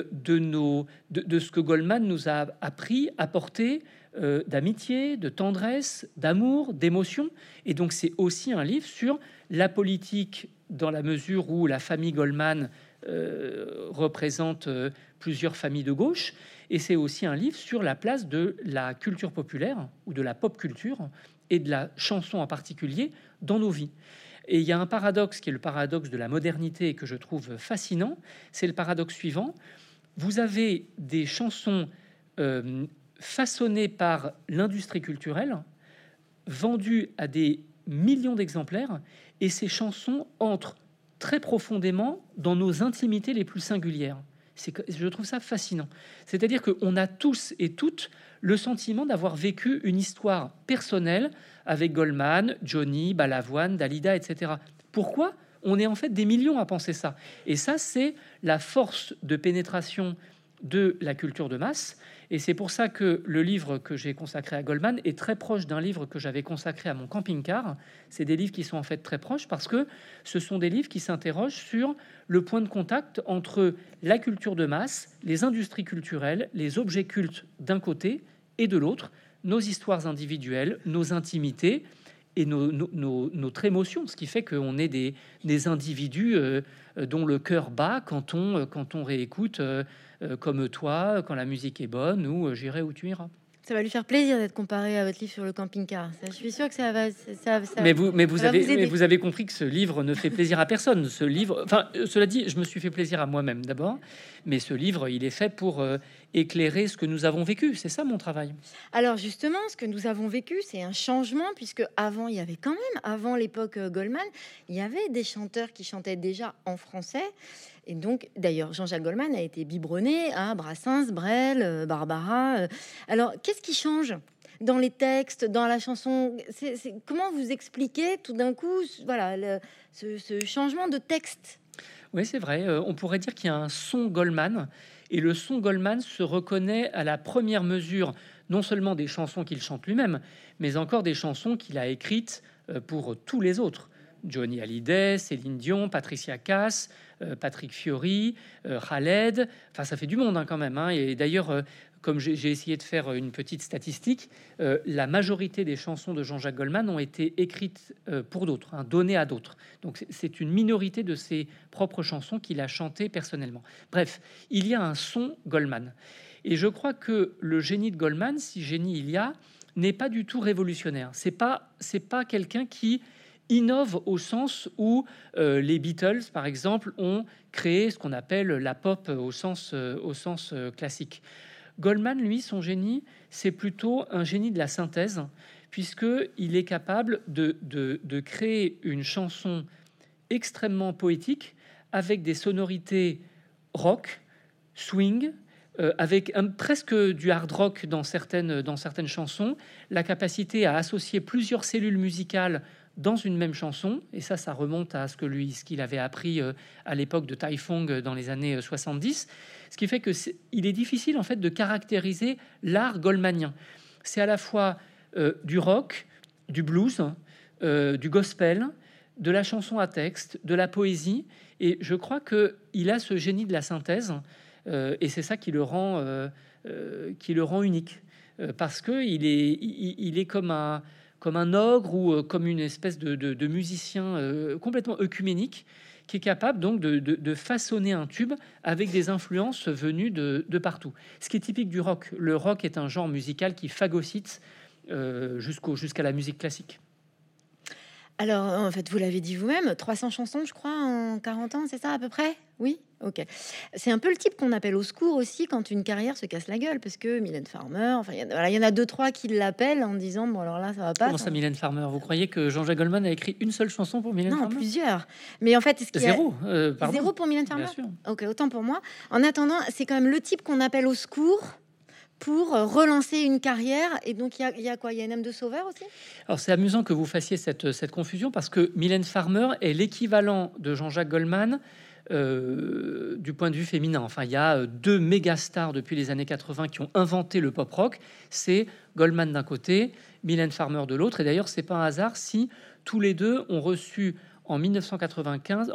de ce que Goldman nous a appris, apporté d'amitié, de tendresse, d'amour, d'émotion. Et donc c'est aussi un livre sur la politique dans la mesure où la famille Goldman représente plusieurs familles de gauche, et c'est aussi un livre sur la place de la culture populaire ou de la pop culture et de la chanson en particulier dans nos vies. Et il y a un paradoxe qui est le paradoxe de la modernité que je trouve fascinant, c'est le paradoxe suivant. Vous avez des chansons façonnées par l'industrie culturelle, vendues à des millions d'exemplaires, et ces chansons entrent très profondément dans nos intimités les plus singulières. Je trouve ça fascinant. C'est-à-dire qu'on a tous et toutes le sentiment d'avoir vécu une histoire personnelle avec Goldman, Johnny, Balavoine, Dalida, etc. Pourquoi? On est en fait des millions à penser ça. Et ça, c'est la force de pénétration de la culture de masse. Et c'est pour ça que le livre que j'ai consacré à Goldman est très proche d'un livre que j'avais consacré à mon camping-car. C'est des livres qui sont en fait très proches parce que ce sont des livres qui s'interrogent sur le point de contact entre la culture de masse, les industries culturelles, les objets cultes d'un côté et de l'autre, nos histoires individuelles, nos intimités et notre émotion, ce qui fait qu'on est des individus dont le cœur bat quand on réécoute Comme toi, quand la musique est bonne, ou J'irai où tu iras. Ça va lui faire plaisir d'être comparé à votre livre sur le camping-car. Je suis sûr que ça va. Mais vous avez compris que ce livre ne fait plaisir à personne. Ce livre, enfin, cela dit, je me suis fait plaisir à moi-même d'abord, mais ce livre, il est fait pour éclairer ce que nous avons vécu. C'est ça mon travail. Alors justement, ce que nous avons vécu, c'est un changement, puisque avant, il y avait quand même, avant l'époque Goldman, il y avait des chanteurs qui chantaient déjà en français. Et donc, d'ailleurs, Jean-Jacques Goldman a été biberonné à Brassens, Brel, Barbara. Alors, qu'est-ce qui change dans les textes, dans la chanson? Comment vous expliquez tout d'un coup, voilà, ce changement de texte? Oui, c'est vrai. On pourrait dire qu'il y a un son Goldman, et le son Goldman se reconnaît à la première mesure, non seulement des chansons qu'il chante lui-même, mais encore des chansons qu'il a écrites pour tous les autres. Johnny Hallyday, Céline Dion, Patricia Cass, Patrick Fiori, Khaled. Enfin, ça fait du monde quand même. Et d'ailleurs, comme j'ai essayé de faire une petite statistique, la majorité des chansons de Jean-Jacques Goldman ont été écrites pour d'autres, données à d'autres. Donc c'est une minorité de ses propres chansons qu'il a chantées personnellement. Bref, il y a un son Goldman. Et je crois que le génie de Goldman, si génie il y a, n'est pas du tout révolutionnaire. C'est pas quelqu'un qui innove au sens où les Beatles, par exemple, ont créé ce qu'on appelle la pop au sens classique. Goldman, lui, son génie, c'est plutôt un génie de la synthèse, puisqu'il est capable de créer une chanson extrêmement poétique avec des sonorités rock, swing, avec presque du hard rock dans certaines chansons, la capacité à associer plusieurs cellules musicales dans une même chanson, et ça remonte à ce qu'il avait appris à l'époque de Taifong dans les années 70, ce qui fait que il est difficile en fait de caractériser l'art goldmanien. C'est à la fois du rock, du blues, du gospel, de la chanson à texte, de la poésie, et je crois que il a ce génie de la synthèse, et c'est ça qui le rend unique, parce que il est comme un ogre ou comme une espèce de musicien complètement œcuménique qui est capable donc de façonner un tube avec des influences venues de partout. Ce qui est typique du rock. Le rock est un genre musical qui phagocyte jusqu'à la musique classique. Alors, en fait, vous l'avez dit vous-même, 300 chansons, je crois, en 40 ans, c'est ça à peu près? Oui. Ok. C'est un peu le type qu'on appelle au secours aussi quand une carrière se casse la gueule, parce que Mylène Farmer, enfin, il y en a deux, trois qui l'appellent en disant bon, alors là, ça va pas. Comment ça, Mylène Farmer? Vous croyez que Jean-Jacques Goldman a écrit une seule chanson pour Mylène Farmer? Non, plusieurs. Mais en fait, Zéro. Zéro pour Mylène Farmer? Bien sûr. Ok, autant pour moi. En attendant, c'est quand même le type qu'on appelle au secours pour relancer une carrière. Et donc, il y a quoi? Il y a une âme de sauveur aussi? Alors, c'est amusant que vous fassiez cette confusion, parce que Mylène Farmer est l'équivalent de Jean-Jacques Goldman du point de vue féminin. Enfin, il y a deux méga stars depuis les années 80 qui ont inventé le pop rock. C'est Goldman d'un côté, Mylène Farmer de l'autre. Et d'ailleurs, c'est pas un hasard si tous les deux ont reçu en 2005,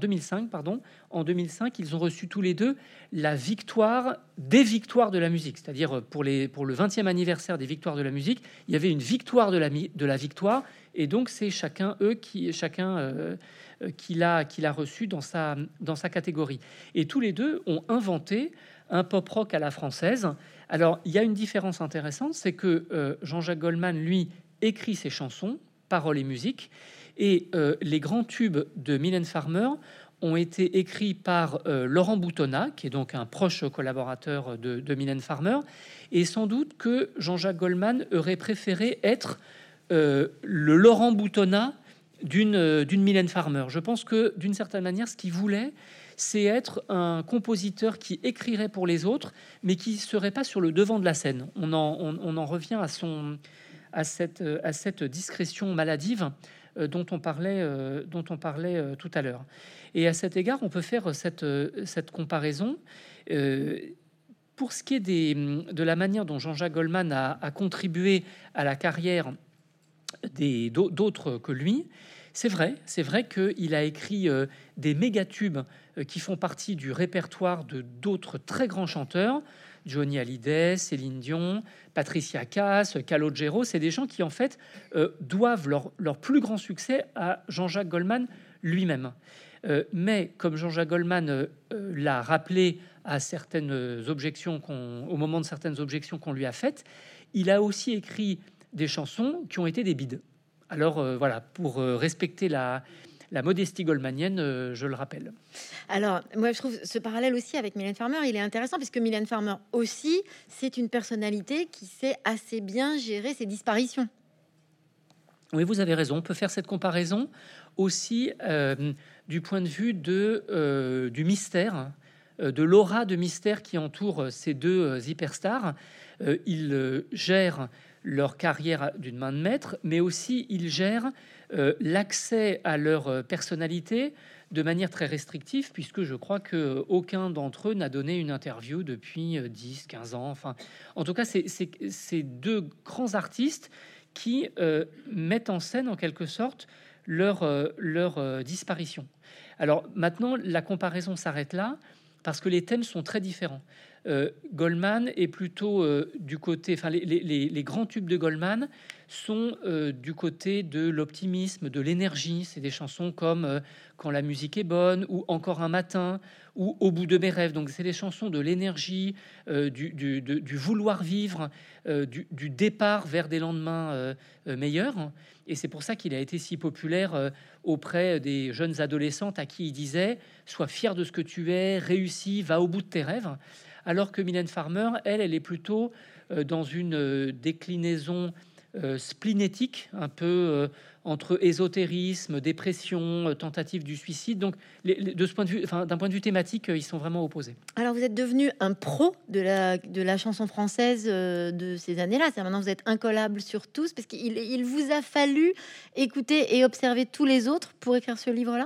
en 2005, ils ont reçu tous les deux la victoire des victoires de la musique. C'est-à-dire pour le 20e anniversaire des victoires de la musique, il y avait une victoire de la victoire, et donc c'est chacun qui l'a reçu dans sa catégorie. Et tous les deux ont inventé un pop rock à la française. Alors il y a une différence intéressante, c'est que Jean-Jacques Goldman, lui, écrit ses chansons, paroles et musique, et les grands tubes de Mylène Farmer ont été écrits par Laurent Boutonnat, qui est donc un proche collaborateur de Mylène Farmer, et sans doute que Jean-Jacques Goldman aurait préféré être le Laurent Boutonnat d'une Mylène Farmer. Je pense que d'une certaine manière, ce qu'il voulait, c'est être un compositeur qui écrirait pour les autres, mais qui serait pas sur le devant de la scène. On en revient à cette discrétion maladive dont on parlait tout à l'heure. Et à cet égard, on peut faire cette comparaison. Pour ce qui est de la manière dont Jean-Jacques Goldman a contribué à la carrière d'autres que lui, c'est vrai qu'il a écrit des méga-tubes qui font partie du répertoire de d'autres très grands chanteurs, Johnny Hallyday, Céline Dion, Patricia Cass, Calogero. C'est des gens qui, en fait, doivent leur plus grand succès à Jean-Jacques Goldman lui-même. Mais comme Jean-Jacques Goldman l'a rappelé à certaines objections au moment de certaines objections qu'on lui a faites, il a aussi écrit des chansons qui ont été des bides. Alors voilà, pour respecter la modestie goldmanienne, je le rappelle. Alors, moi, je trouve ce parallèle aussi avec Mylène Farmer, il est intéressant, puisque Mylène Farmer aussi, c'est une personnalité qui sait assez bien gérer ses disparitions. Oui, vous avez raison, on peut faire cette comparaison. aussi du point de vue du mystère, de l'aura de mystère qui entoure ces deux hyperstars. Ils gèrent leur carrière d'une main de maître, mais aussi ils gèrent l'accès à leur personnalité de manière très restrictive, puisque je crois qu'aucun d'entre eux n'a donné une interview depuis 10, 15 ans. Enfin, en tout cas, c'est deux grands artistes qui mettent en scène, en quelque sorte, leur disparition. Alors maintenant, la comparaison s'arrête là, parce que les thèmes sont très différents. Goldman est plutôt du côté... Enfin, les grands tubes de Goldman sont du côté de l'optimisme, de l'énergie. C'est des chansons comme Quand la musique est bonne, ou Encore un matin, ou Au bout de mes rêves. Donc, c'est des chansons de l'énergie, du vouloir vivre, du départ vers des lendemains meilleurs. Et c'est pour ça qu'il a été si populaire auprès des jeunes adolescentes à qui il disait « Sois fier de ce que tu es, réussis, va au bout de tes rêves ». Alors que Mylène Farmer, elle est plutôt dans une déclinaison splénétique, un peu entre ésotérisme, dépression, tentative du suicide. Donc, de ce point de vue, enfin, d'un point de vue thématique, ils sont vraiment opposés. Alors, vous êtes devenu un pro de la chanson française de ces années-là. C'est maintenant vous êtes incollable sur tous, parce qu'il vous a fallu écouter et observer tous les autres pour écrire ce livre-là.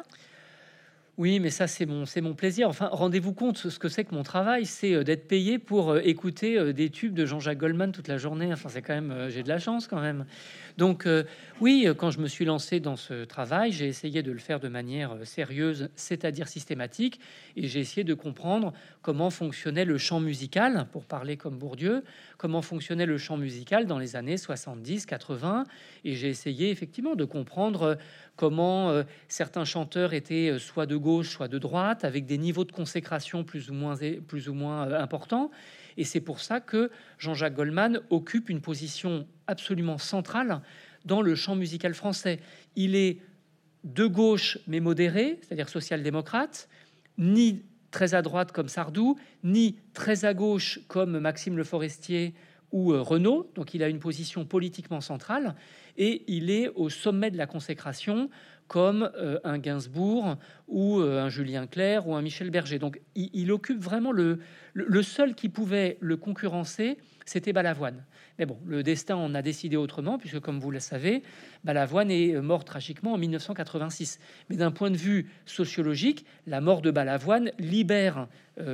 Oui, mais ça, c'est mon plaisir. Enfin, rendez-vous compte, ce que c'est que mon travail, c'est d'être payé pour écouter des tubes de Jean-Jacques Goldman toute la journée. Enfin, c'est quand même, j'ai de la chance quand même. Donc, oui, quand je me suis lancé dans ce travail, j'ai essayé de le faire de manière sérieuse, c'est-à-dire systématique, et j'ai essayé de comprendre comment fonctionnait le chant musical, pour parler comme Bourdieu, comment fonctionnait le chant musical dans les années 70, 80, et j'ai essayé effectivement de comprendre comment certains chanteurs étaient soit de gauche, soit de droite, avec des niveaux de consécration plus ou moins importants. Et c'est pour ça que Jean-Jacques Goldman occupe une position absolument centrale dans le chant musical français. Il est de gauche, mais modéré, c'est-à-dire social-démocrate, ni très à droite comme Sardou, ni très à gauche comme Maxime Le Forestier ou Renaud. Donc il a une position politiquement centrale, et il est au sommet de la consécration comme un Gainsbourg ou un Julien Clerc ou un Michel Berger. Donc il occupe vraiment le seul qui pouvait le concurrencer, c'était Balavoine. Mais bon, le destin en a décidé autrement, puisque comme vous le savez, Balavoine est mort tragiquement en 1986. Mais d'un point de vue sociologique, la mort de Balavoine libère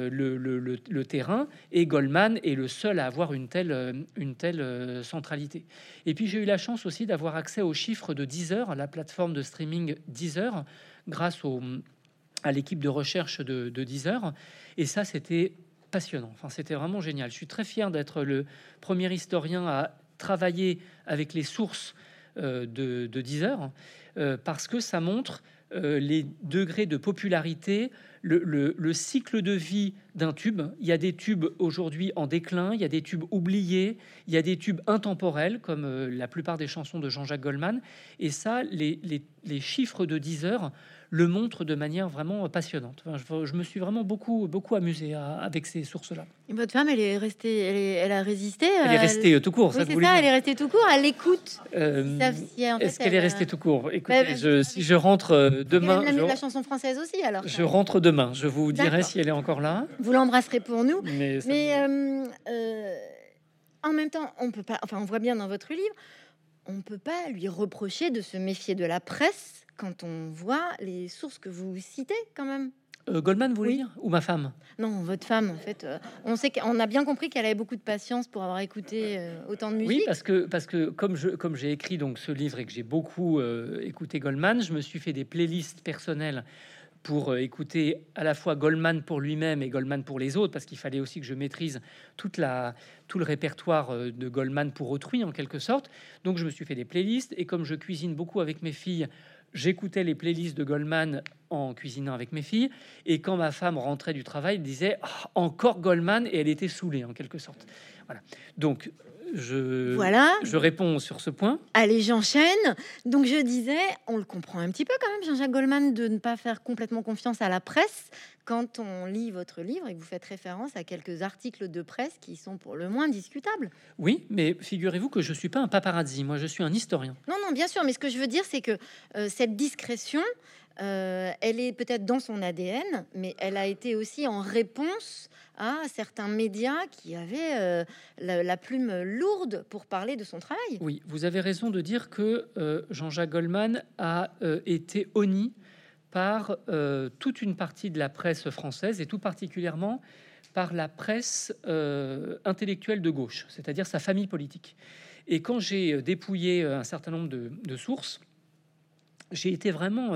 le terrain, et Goldman est le seul à avoir une telle centralité. Et puis j'ai eu la chance aussi d'avoir accès aux chiffres de Deezer, la plateforme de streaming Deezer, grâce à l'équipe de recherche de Deezer. Et ça, c'était passionnant. Enfin, c'était vraiment génial. Je suis très fier d'être le premier historien à travailler avec les sources de Deezer, parce que ça montre les degrés de popularité, le cycle de vie d'un tube. Il y a des tubes aujourd'hui en déclin, il y a des tubes oubliés, il y a des tubes intemporels, comme la plupart des chansons de Jean-Jacques Goldman. Et ça, les chiffres de Deezer le montrent de manière vraiment passionnante. Enfin, je me suis vraiment beaucoup amusé avec ces sources-là. Et votre femme, elle est restée, elle a résisté. Elle est restée tout court. Oui, c'est ça, elle est restée tout court. Elle écoute. Est-ce qu'elle est restée tout court? Écoutez, si je rentre demain, la chanson française aussi. Alors, je rentre demain. Je vous dirai si elle est encore là. Vous l'embrasserez pour nous. Mais en même temps, on peut pas. Enfin, on voit bien dans votre livre, on peut pas lui reprocher de se méfier de la presse quand on voit les sources que vous citez, quand même. Goldman, vous voulez dire, ou ma femme? Non, votre femme, en fait. On sait qu'on a bien compris qu'elle avait beaucoup de patience pour avoir écouté autant de musique. Oui, parce que comme j'ai écrit donc ce livre et que j'ai beaucoup écouté Goldman, je me suis fait des playlists personnelles pour écouter à la fois Goldman pour lui-même et Goldman pour les autres, parce qu'il fallait aussi que je maîtrise tout le répertoire de Goldman pour autrui, en quelque sorte. Donc je me suis fait des playlists, et comme je cuisine beaucoup avec mes filles, j'écoutais les playlists de Goldman en cuisinant avec mes filles, et quand ma femme rentrait du travail, elle disait encore Goldman, et elle était saoulée en quelque sorte. Voilà. Donc Voilà. Je réponds sur ce point. Allez, j'enchaîne. Donc, je disais, on le comprend un petit peu quand même, Jean-Jacques Goldman, de ne pas faire complètement confiance à la presse quand on lit votre livre et que vous faites référence à quelques articles de presse qui sont pour le moins discutables. Oui, mais figurez-vous que je suis pas un paparazzi. Moi, je suis un historien. Non, non, bien sûr. Mais ce que je veux dire, c'est que cette discrétion, elle est peut-être dans son ADN, mais elle a été aussi en réponse à certains médias qui avaient la plume lourde pour parler de son travail. Oui, vous avez raison de dire que Jean-Jacques Goldman a été honni par toute une partie de la presse française et tout particulièrement par la presse intellectuelle de gauche, c'est-à-dire sa famille politique. Et quand j'ai dépouillé un certain nombre de sources, j'ai été vraiment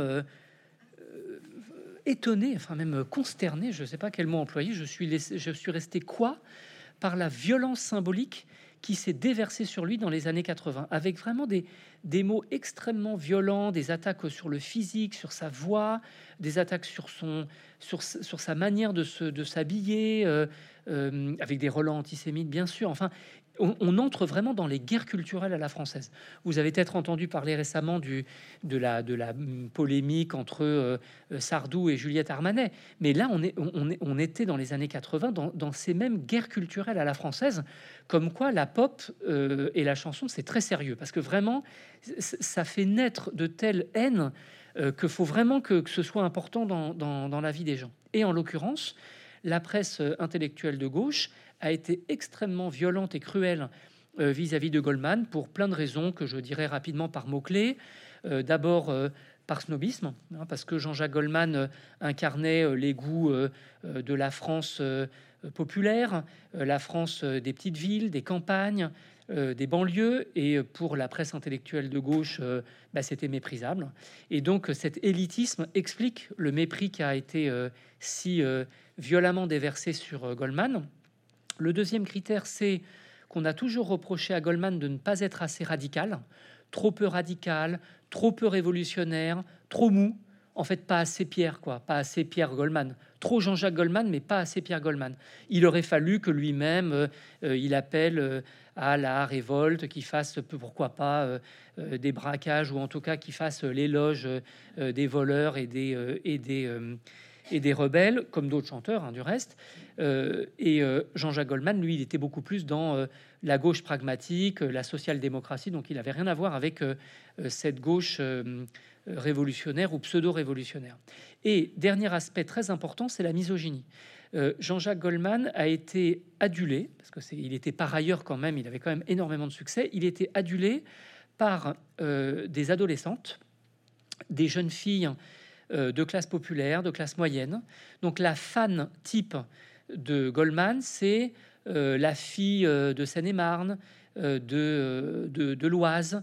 étonné, enfin même consterné, je ne sais pas quel mot employer, je suis resté quoi par la violence symbolique qui s'est déversée sur lui dans les années 80, avec vraiment des mots extrêmement violents, des attaques sur le physique, sur sa voix, des attaques sur sa manière de s'habiller, avec des relents antisémites, bien sûr. Enfin, on entre vraiment dans les guerres culturelles à la française. Vous avez peut-être entendu parler récemment de la polémique entre Sardou et Juliette Armanet. Mais là, on était dans les années 80 dans ces mêmes guerres culturelles à la française, comme quoi la pop et la chanson, c'est très sérieux. Parce que vraiment, ça fait naître de telles haines qu'il faut vraiment que ce soit important dans la vie des gens. Et en l'occurrence, la presse intellectuelle de gauche a été extrêmement violente et cruelle vis-à-vis de Goldman pour plein de raisons que je dirais rapidement par mots-clés. D'abord, par snobisme, hein, parce que Jean-Jacques Goldman incarnait les goûts de la France populaire, la France des petites villes, des campagnes, des banlieues, et pour la presse intellectuelle de gauche, c'était méprisable. Et donc cet élitisme explique le mépris qui a été si violemment déversé sur Goldman. Le deuxième critère, c'est qu'on a toujours reproché à Goldman de ne pas être assez radical, trop peu radical, trop peu révolutionnaire, trop mou. En fait, pas assez Pierre, quoi, pas assez Pierre Goldman. Trop Jean-Jacques Goldman, mais pas assez Pierre Goldman. Il aurait fallu que lui-même, il appelle à la révolte, qu'il fasse, pourquoi pas, des braquages, ou en tout cas qu'il fasse l'éloge des voleurs et des rebelles, comme d'autres chanteurs, hein, du reste. Jean-Jacques Goldman, lui, il était beaucoup plus dans la gauche pragmatique, la social-démocratie, donc il n'avait rien à voir avec cette gauche révolutionnaire ou pseudo-révolutionnaire. Et dernier aspect très important, c'est la misogynie. Jean-Jacques Goldman a été adulé, parce que il était par ailleurs quand même, il avait quand même énormément de succès, il était adulé par des adolescentes, des jeunes filles de classe populaire, de classe moyenne. Donc la fan type de Goldman, c'est la fille de Seine-et-Marne, de l'Oise,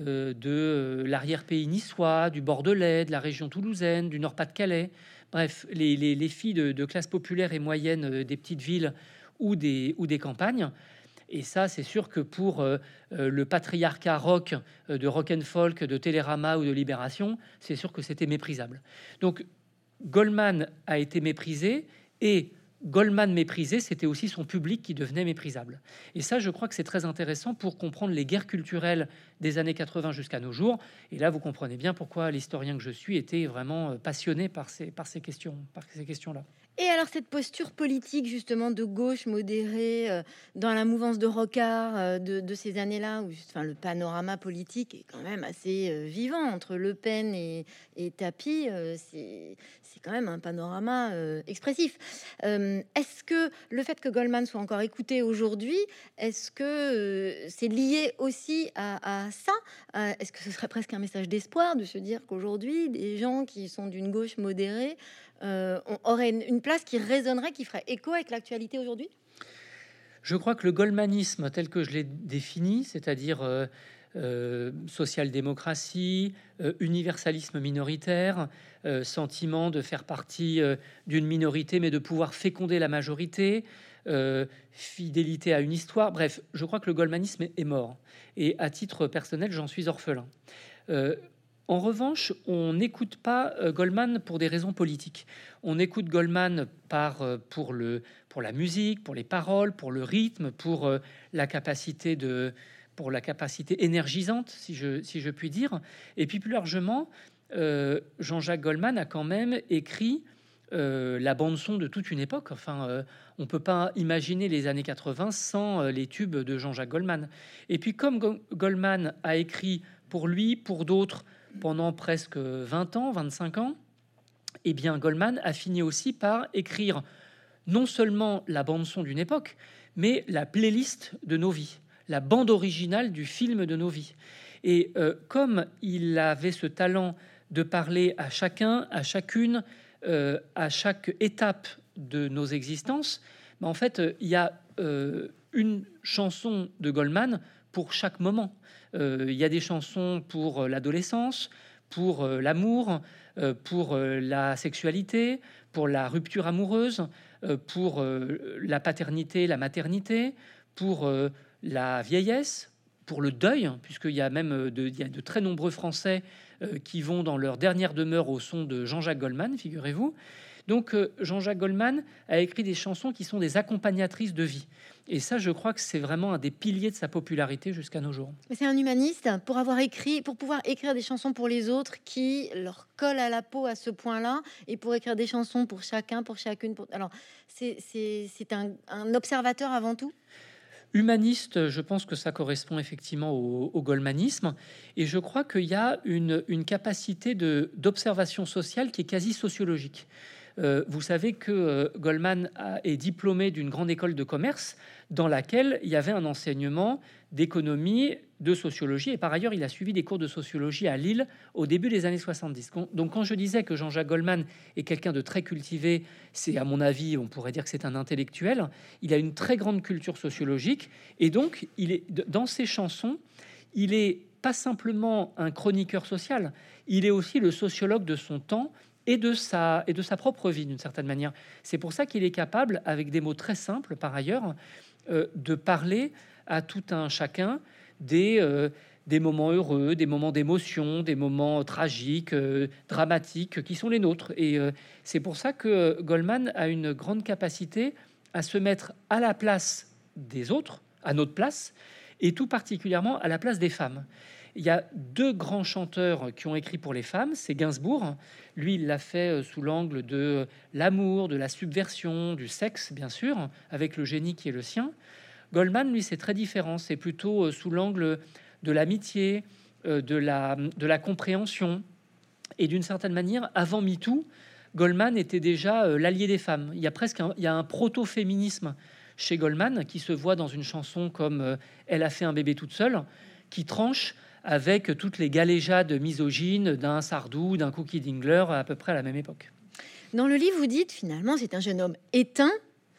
de l'arrière-pays niçois, du Bordelais, de la région toulousaine, du Nord-Pas-de-Calais. Bref, les filles de classe populaire et moyenne des petites villes ou des campagnes. Et ça, c'est sûr que pour le patriarcat rock de Rock and Folk, de Télérama ou de Libération, c'est sûr que c'était méprisable. Donc, Goldman a été méprisé, et Goldman méprisé, c'était aussi son public qui devenait méprisable. Et ça, je crois que c'est très intéressant pour comprendre les guerres culturelles des années 80 jusqu'à nos jours. Et là, vous comprenez bien pourquoi l'historien que je suis était vraiment passionné par ces questions-là. Et alors cette posture politique justement de gauche modérée dans la mouvance de Rocard de ces années-là, où le panorama politique est quand même assez vivant entre Le Pen et Tapie, c'est quand même un panorama expressif. Est-ce que le fait que Goldman soit encore écouté aujourd'hui, est-ce que c'est lié aussi à ça? Est-ce que ce serait presque un message d'espoir de se dire qu'aujourd'hui, des gens qui sont d'une gauche modérée aurait une place qui résonnerait, qui ferait écho avec l'actualité aujourd'hui? Je crois que le goldmanisme, tel que je l'ai défini, c'est-à-dire social-démocratie, universalisme minoritaire, sentiment de faire partie d'une minorité, mais de pouvoir féconder la majorité, fidélité à une histoire, bref, je crois que le goldmanisme est mort. Et à titre personnel, j'en suis orphelin. En revanche, on n'écoute pas Goldman pour des raisons politiques. On écoute Goldman pour la musique, pour les paroles, pour le rythme, pour la capacité énergisante, si je puis dire. Et puis plus largement, Jean-Jacques Goldman a quand même écrit la bande-son de toute une époque. Enfin, on ne peut pas imaginer les années 80 sans les tubes de Jean-Jacques Goldman. Et puis comme Goldman a écrit pour lui, pour d'autres, pendant presque 20 ans, 25 ans, eh bien Goldman a fini aussi par écrire non seulement la bande-son d'une époque, mais la playlist de nos vies, la bande originale du film de nos vies. Et comme il avait ce talent de parler à chacun, à chacune, à chaque étape de nos existences, ben en fait, il y a une chanson de Goldman pour chaque moment. Il y a des chansons pour l'adolescence, pour l'amour, pour la sexualité, pour la rupture amoureuse, pour la paternité, la maternité, pour la vieillesse, pour le deuil, puisqu'il y a même il y a de très nombreux Français qui vont dans leur dernière demeure au son de Jean-Jacques Goldman, figurez-vous. Donc Jean-Jacques Goldman a écrit des chansons qui sont des accompagnatrices de vie. Et ça, je crois que c'est vraiment un des piliers de sa popularité jusqu'à nos jours. Mais c'est un humaniste pour pouvoir écrire des chansons pour les autres qui leur collent à la peau à ce point-là, et pour écrire des chansons pour chacun, pour chacune. Alors, c'est un observateur avant tout. Humaniste, je pense que ça correspond effectivement au goldmanisme. Et je crois qu'il y a une capacité d'observation sociale qui est quasi sociologique. Vous savez que Goldman est diplômé d'une grande école de commerce dans laquelle il y avait un enseignement d'économie, de sociologie. Et par ailleurs, il a suivi des cours de sociologie à Lille au début des années 70. Donc quand je disais que Jean-Jacques Goldman est quelqu'un de très cultivé, c'est à mon avis, on pourrait dire que c'est un intellectuel. Il a une très grande culture sociologique. Et donc, dans ses chansons, il est pas simplement un chroniqueur social, il est aussi le sociologue de son temps et de sa propre vie, d'une certaine manière. C'est pour ça qu'il est capable, avec des mots très simples par ailleurs, de parler à tout un chacun des moments heureux, des moments d'émotion, des moments tragiques, dramatiques, qui sont les nôtres. Et c'est pour ça que Goldman a une grande capacité à se mettre à la place des autres, à notre place, et tout particulièrement à la place des femmes. Il y a deux grands chanteurs qui ont écrit pour les femmes, c'est Gainsbourg. Lui, il l'a fait sous l'angle de l'amour, de la subversion, du sexe, bien sûr, avec le génie qui est le sien. Goldman, lui, c'est très différent. C'est plutôt sous l'angle de l'amitié, de la compréhension. Et d'une certaine manière, avant MeToo, Goldman était déjà l'allié des femmes. Il y a un proto-féminisme chez Goldman qui se voit dans une chanson comme Elle a fait un bébé toute seule, qui tranche avec toutes les galéjades misogynes d'un Sardou, d'un Cookie Dingler à peu près à la même époque. Dans le livre, vous dites finalement c'est un jeune homme éteint,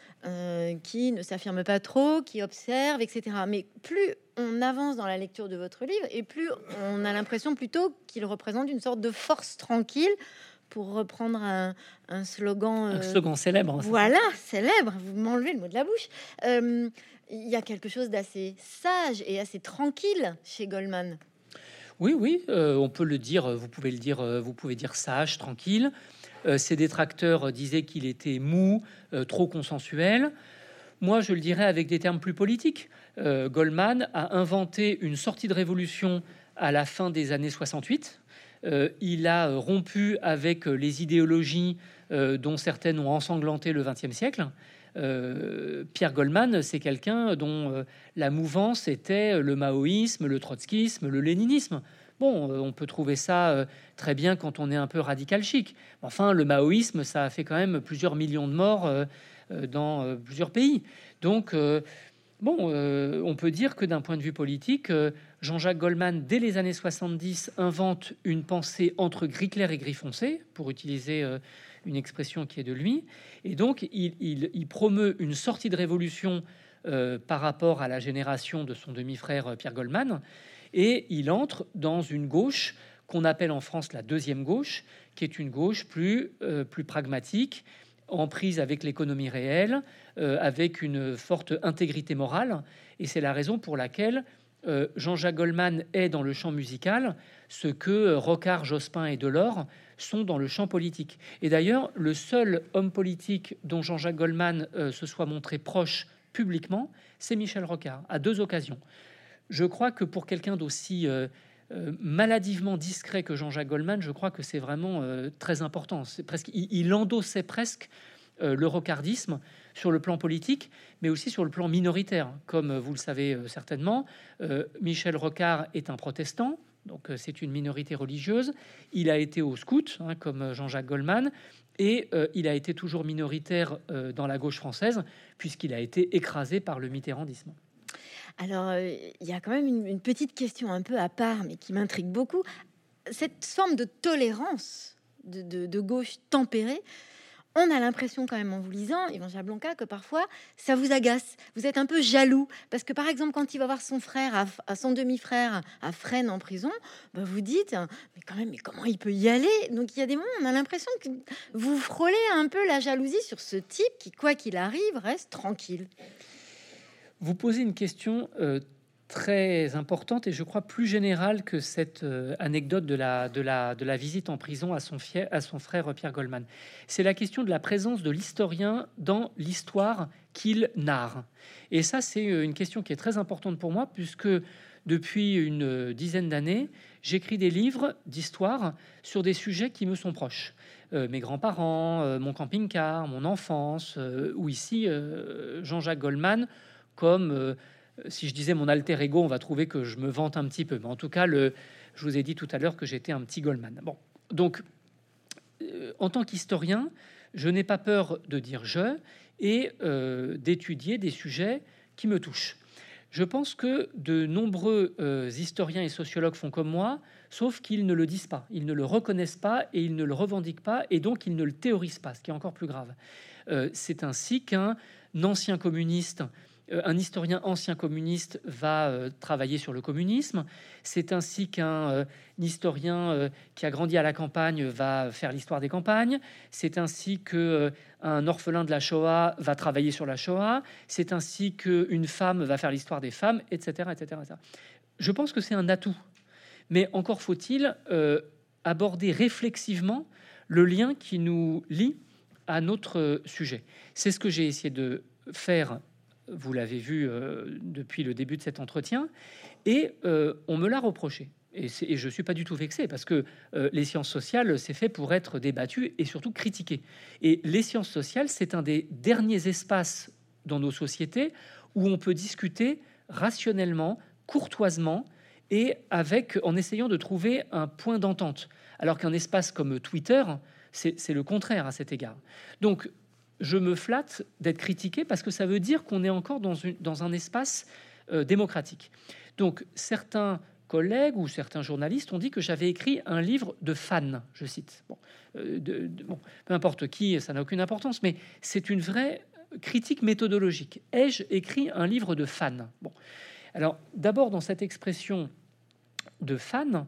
qui ne s'affirme pas trop, qui observe, etc. Mais plus on avance dans la lecture de votre livre, et plus on a l'impression plutôt qu'il représente une sorte de force tranquille, pour reprendre un slogan... Un slogan célèbre. Voilà, célèbre, vous m'enlevez le mot de la bouche. Il y a quelque chose d'assez sage et assez tranquille chez Goldman. Oui, on peut le dire, vous pouvez dire sage, tranquille. Ses détracteurs disaient qu'il était mou, trop consensuel. Moi, je le dirais avec des termes plus politiques. Goldman a inventé une sortie de révolution à la fin des années 68. Il a rompu avec les idéologies dont certaines ont ensanglanté le XXe siècle. Pierre Goldman, c'est quelqu'un dont la mouvance était le maoïsme, le trotskisme, le léninisme. Bon, on peut trouver ça très bien quand on est un peu radical chic. Enfin, le maoïsme, ça a fait quand même plusieurs millions de morts dans plusieurs pays. Donc, on peut dire que d'un point de vue politique, Jean-Jacques Goldman, dès les années 70, invente une pensée entre gris clair et gris foncé, pour utiliser une expression qui est de lui. Et donc, il promeut une sortie de révolution par rapport à la génération de son demi-frère Pierre Goldman. Et il entre dans une gauche qu'on appelle en France la deuxième gauche, qui est une gauche plus pragmatique, en prise avec l'économie réelle, avec une forte intégrité morale. Et c'est la raison pour laquelle Jean-Jacques Goldman est dans le champ musical ce que Rocard, Jospin et Delors sont dans le champ politique. Et d'ailleurs, le seul homme politique dont Jean-Jacques Goldman se soit montré proche publiquement, c'est Michel Rocard, à 2 occasions. Je crois que pour quelqu'un d'aussi maladivement discret que Jean-Jacques Goldman, je crois que c'est vraiment très important. C'est presque, il endossait presque le rocardisme sur le plan politique, mais aussi sur le plan minoritaire. Comme vous le savez certainement, Michel Rocard est un protestant, donc c'est une minorité religieuse. Il a été au scout, hein, comme Jean-Jacques Goldman, et il a été toujours minoritaire dans la gauche française, puisqu'il a été écrasé par le mitterrandisme. Alors, il y a quand même une petite question un peu à part, mais qui m'intrigue beaucoup. Cette forme de tolérance de gauche tempérée, on a l'impression quand même en vous lisant, Evan Blanca, que parfois ça vous agace. Vous êtes un peu jaloux parce que par exemple quand il va voir son frère, à son demi-frère à Fresnes en prison, bah, vous dites mais quand même mais comment il peut y aller? Donc il y a des moments on a l'impression que vous frôlez un peu la jalousie sur ce type qui quoi qu'il arrive reste tranquille. Vous posez une question très importante et je crois plus générale que cette anecdote de la visite en prison à son frère Pierre Goldman. C'est la question de la présence de l'historien dans l'histoire qu'il narre. Et ça, c'est une question qui est très importante pour moi puisque depuis une dizaine d'années, j'écris des livres d'histoire sur des sujets qui me sont proches. Mes grands-parents, mon camping-car, mon enfance, ou ici Jean-Jacques Goldman, comme si je disais mon alter ego, on va trouver que je me vante un petit peu. Mais en tout cas, je vous ai dit tout à l'heure que j'étais un petit Goldman. Bon, donc, en tant qu'historien, je n'ai pas peur de dire je et d'étudier des sujets qui me touchent. Je pense que de nombreux historiens et sociologues font comme moi, sauf qu'ils ne le disent pas, ils ne le reconnaissent pas et ils ne le revendiquent pas, et donc ils ne le théorisent pas, ce qui est encore plus grave. C'est ainsi qu'un ancien communiste, un historien ancien communiste va travailler sur le communisme. C'est ainsi qu'un historien qui a grandi à la campagne va faire l'histoire des campagnes. C'est ainsi que un orphelin de la Shoah va travailler sur la Shoah. C'est ainsi qu'une femme va faire l'histoire des femmes, etc., etc., etc. Je pense que c'est un atout. Mais encore faut-il aborder réflexivement le lien qui nous lie à notre sujet. C'est ce que j'ai essayé de faire. Vous l'avez vu depuis le début de cet entretien, et on me l'a reproché. Et je ne suis pas du tout vexé, parce que les sciences sociales, c'est fait pour être débattu et surtout critiqué. Et les sciences sociales, c'est un des derniers espaces dans nos sociétés où on peut discuter rationnellement, courtoisement, et en essayant de trouver un point d'entente. Alors qu'un espace comme Twitter, c'est le contraire à cet égard. Donc, je me flatte d'être critiqué parce que ça veut dire qu'on est encore dans un espace démocratique. Donc, certains collègues ou certains journalistes ont dit que j'avais écrit un livre de fans, je cite. Bon, bon, peu importe qui, ça n'a aucune importance, mais c'est une vraie critique méthodologique. Ai-je écrit un livre de fans? Bon, alors d'abord dans cette expression de fan,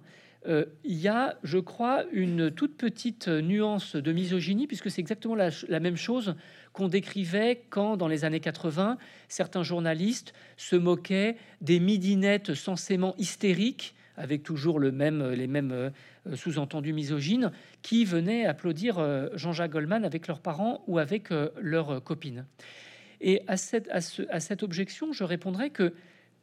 il y a, je crois, une toute petite nuance de misogynie, puisque c'est exactement la même chose qu'on décrivait quand, dans les années 80, certains journalistes se moquaient des midinettes censément hystériques, avec toujours les mêmes sous-entendus misogynes, qui venaient applaudir Jean-Jacques Goldman avec leurs parents ou avec leurs copines. Et à cette objection, je répondrai que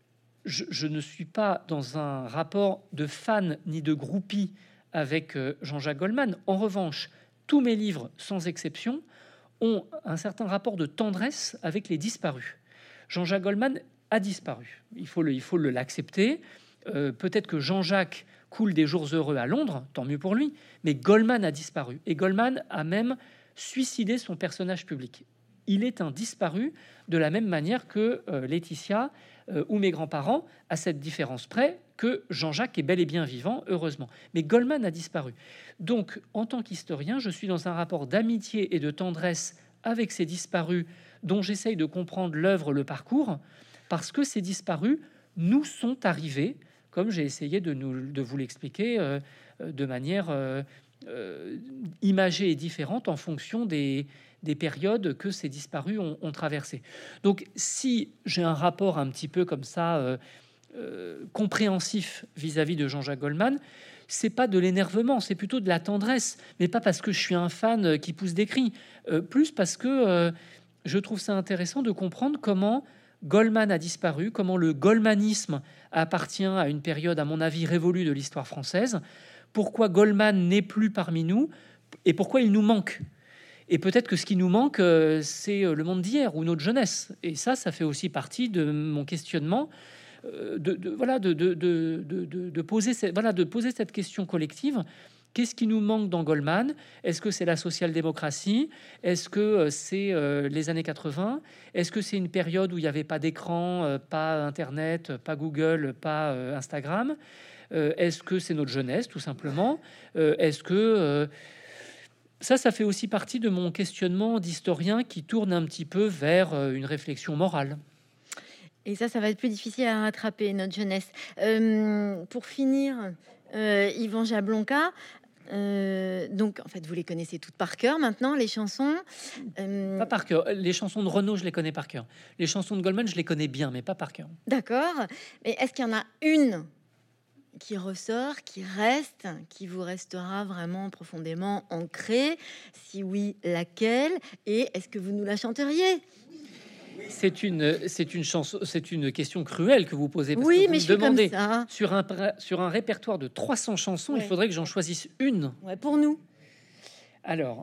je ne suis pas dans un rapport de fan ni de groupie avec Jean-Jacques Goldman. En revanche, tous mes livres, sans exception, ont un certain rapport de tendresse avec les disparus. Jean-Jacques Goldman a disparu. Il faut l'accepter. Peut-être que Jean-Jacques coule des jours heureux à Londres, tant mieux pour lui, mais Goldman a disparu. Et Goldman a même suicidé son personnage public. Il est un disparu de la même manière que Laetitia ou mes grands-parents, à cette différence près que Jean-Jacques est bel et bien vivant, heureusement. Mais Goldman a disparu. Donc, en tant qu'historien, je suis dans un rapport d'amitié et de tendresse avec ces disparus dont j'essaye de comprendre l'œuvre, le parcours, parce que ces disparus nous sont arrivés, comme j'ai essayé de vous l'expliquer de manière imagée et différente en fonction des périodes que ces disparus ont traversées. Donc, si j'ai un rapport un petit peu comme ça, compréhensif vis-à-vis de Jean-Jacques Goldman, c'est pas de l'énervement, c'est plutôt de la tendresse, mais pas parce que je suis un fan qui pousse des cris, plus parce que je trouve ça intéressant de comprendre comment Goldman a disparu, comment le goldmanisme appartient à une période, à mon avis, révolue de l'histoire française, pourquoi Goldman n'est plus parmi nous et pourquoi il nous manque. Et peut-être que ce qui nous manque, c'est le monde d'hier ou notre jeunesse. Et ça fait aussi partie de mon questionnement, de poser cette question collective. Qu'est-ce qui nous manque dans Goldman? Est-ce que c'est la social-démocratie? Est-ce que c'est les années 80? Est-ce que c'est une période où il n'y avait pas d'écran, pas Internet, pas Google, pas Instagram? Est-ce que c'est notre jeunesse, tout simplement? Est-ce que... Ça fait aussi partie de mon questionnement d'historien qui tourne un petit peu vers une réflexion morale. Et ça va être plus difficile à rattraper, notre jeunesse. Pour finir, Yvan Jablonka, donc en fait, vous les connaissez toutes par cœur maintenant, les chansons. Pas par cœur. Les chansons de Renaud, je les connais par cœur. Les chansons de Goldman, je les connais bien, mais pas par cœur. D'accord. Mais est-ce qu'il y en a une qui ressort, qui reste, qui vous restera vraiment profondément ancrée? Si oui, laquelle? Et est-ce que vous nous la chanteriez? C'est une chanson, c'est une question cruelle que vous posez. Parce oui, que mais vous je suis demandez comme ça. Sur un répertoire de 300 chansons, Ouais. il faudrait que j'en choisisse une. Ouais, pour nous. Alors,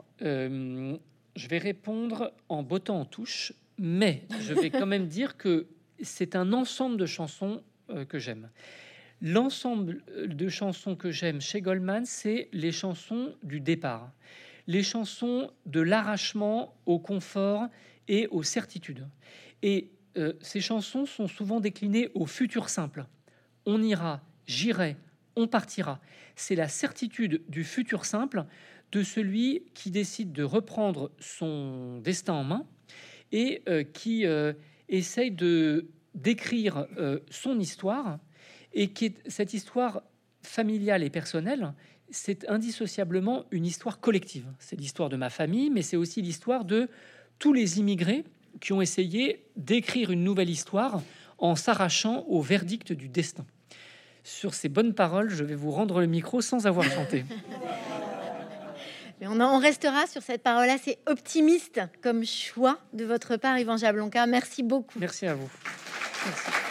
je vais répondre en bottant en touche, mais je vais quand même dire que c'est un ensemble de chansons que j'aime. L'ensemble de chansons que j'aime chez Goldman, c'est les chansons du départ, les chansons de l'arrachement au confort et aux certitudes. Et ces chansons sont souvent déclinées au futur simple. On ira, j'irai, on partira. C'est la certitude du futur simple de celui qui décide de reprendre son destin en main et qui essaye de d'écrire son histoire, et qui est cette histoire familiale et personnelle. C'est indissociablement une histoire collective. C'est l'histoire de ma famille, mais c'est aussi l'histoire de tous les immigrés qui ont essayé d'écrire une nouvelle histoire en s'arrachant au verdict du destin. Sur ces bonnes paroles, je vais vous rendre le micro sans avoir chanté. Mais on restera sur cette parole assez optimiste comme choix de votre part, Yvan Jablonka. Merci beaucoup. Merci à vous. Merci.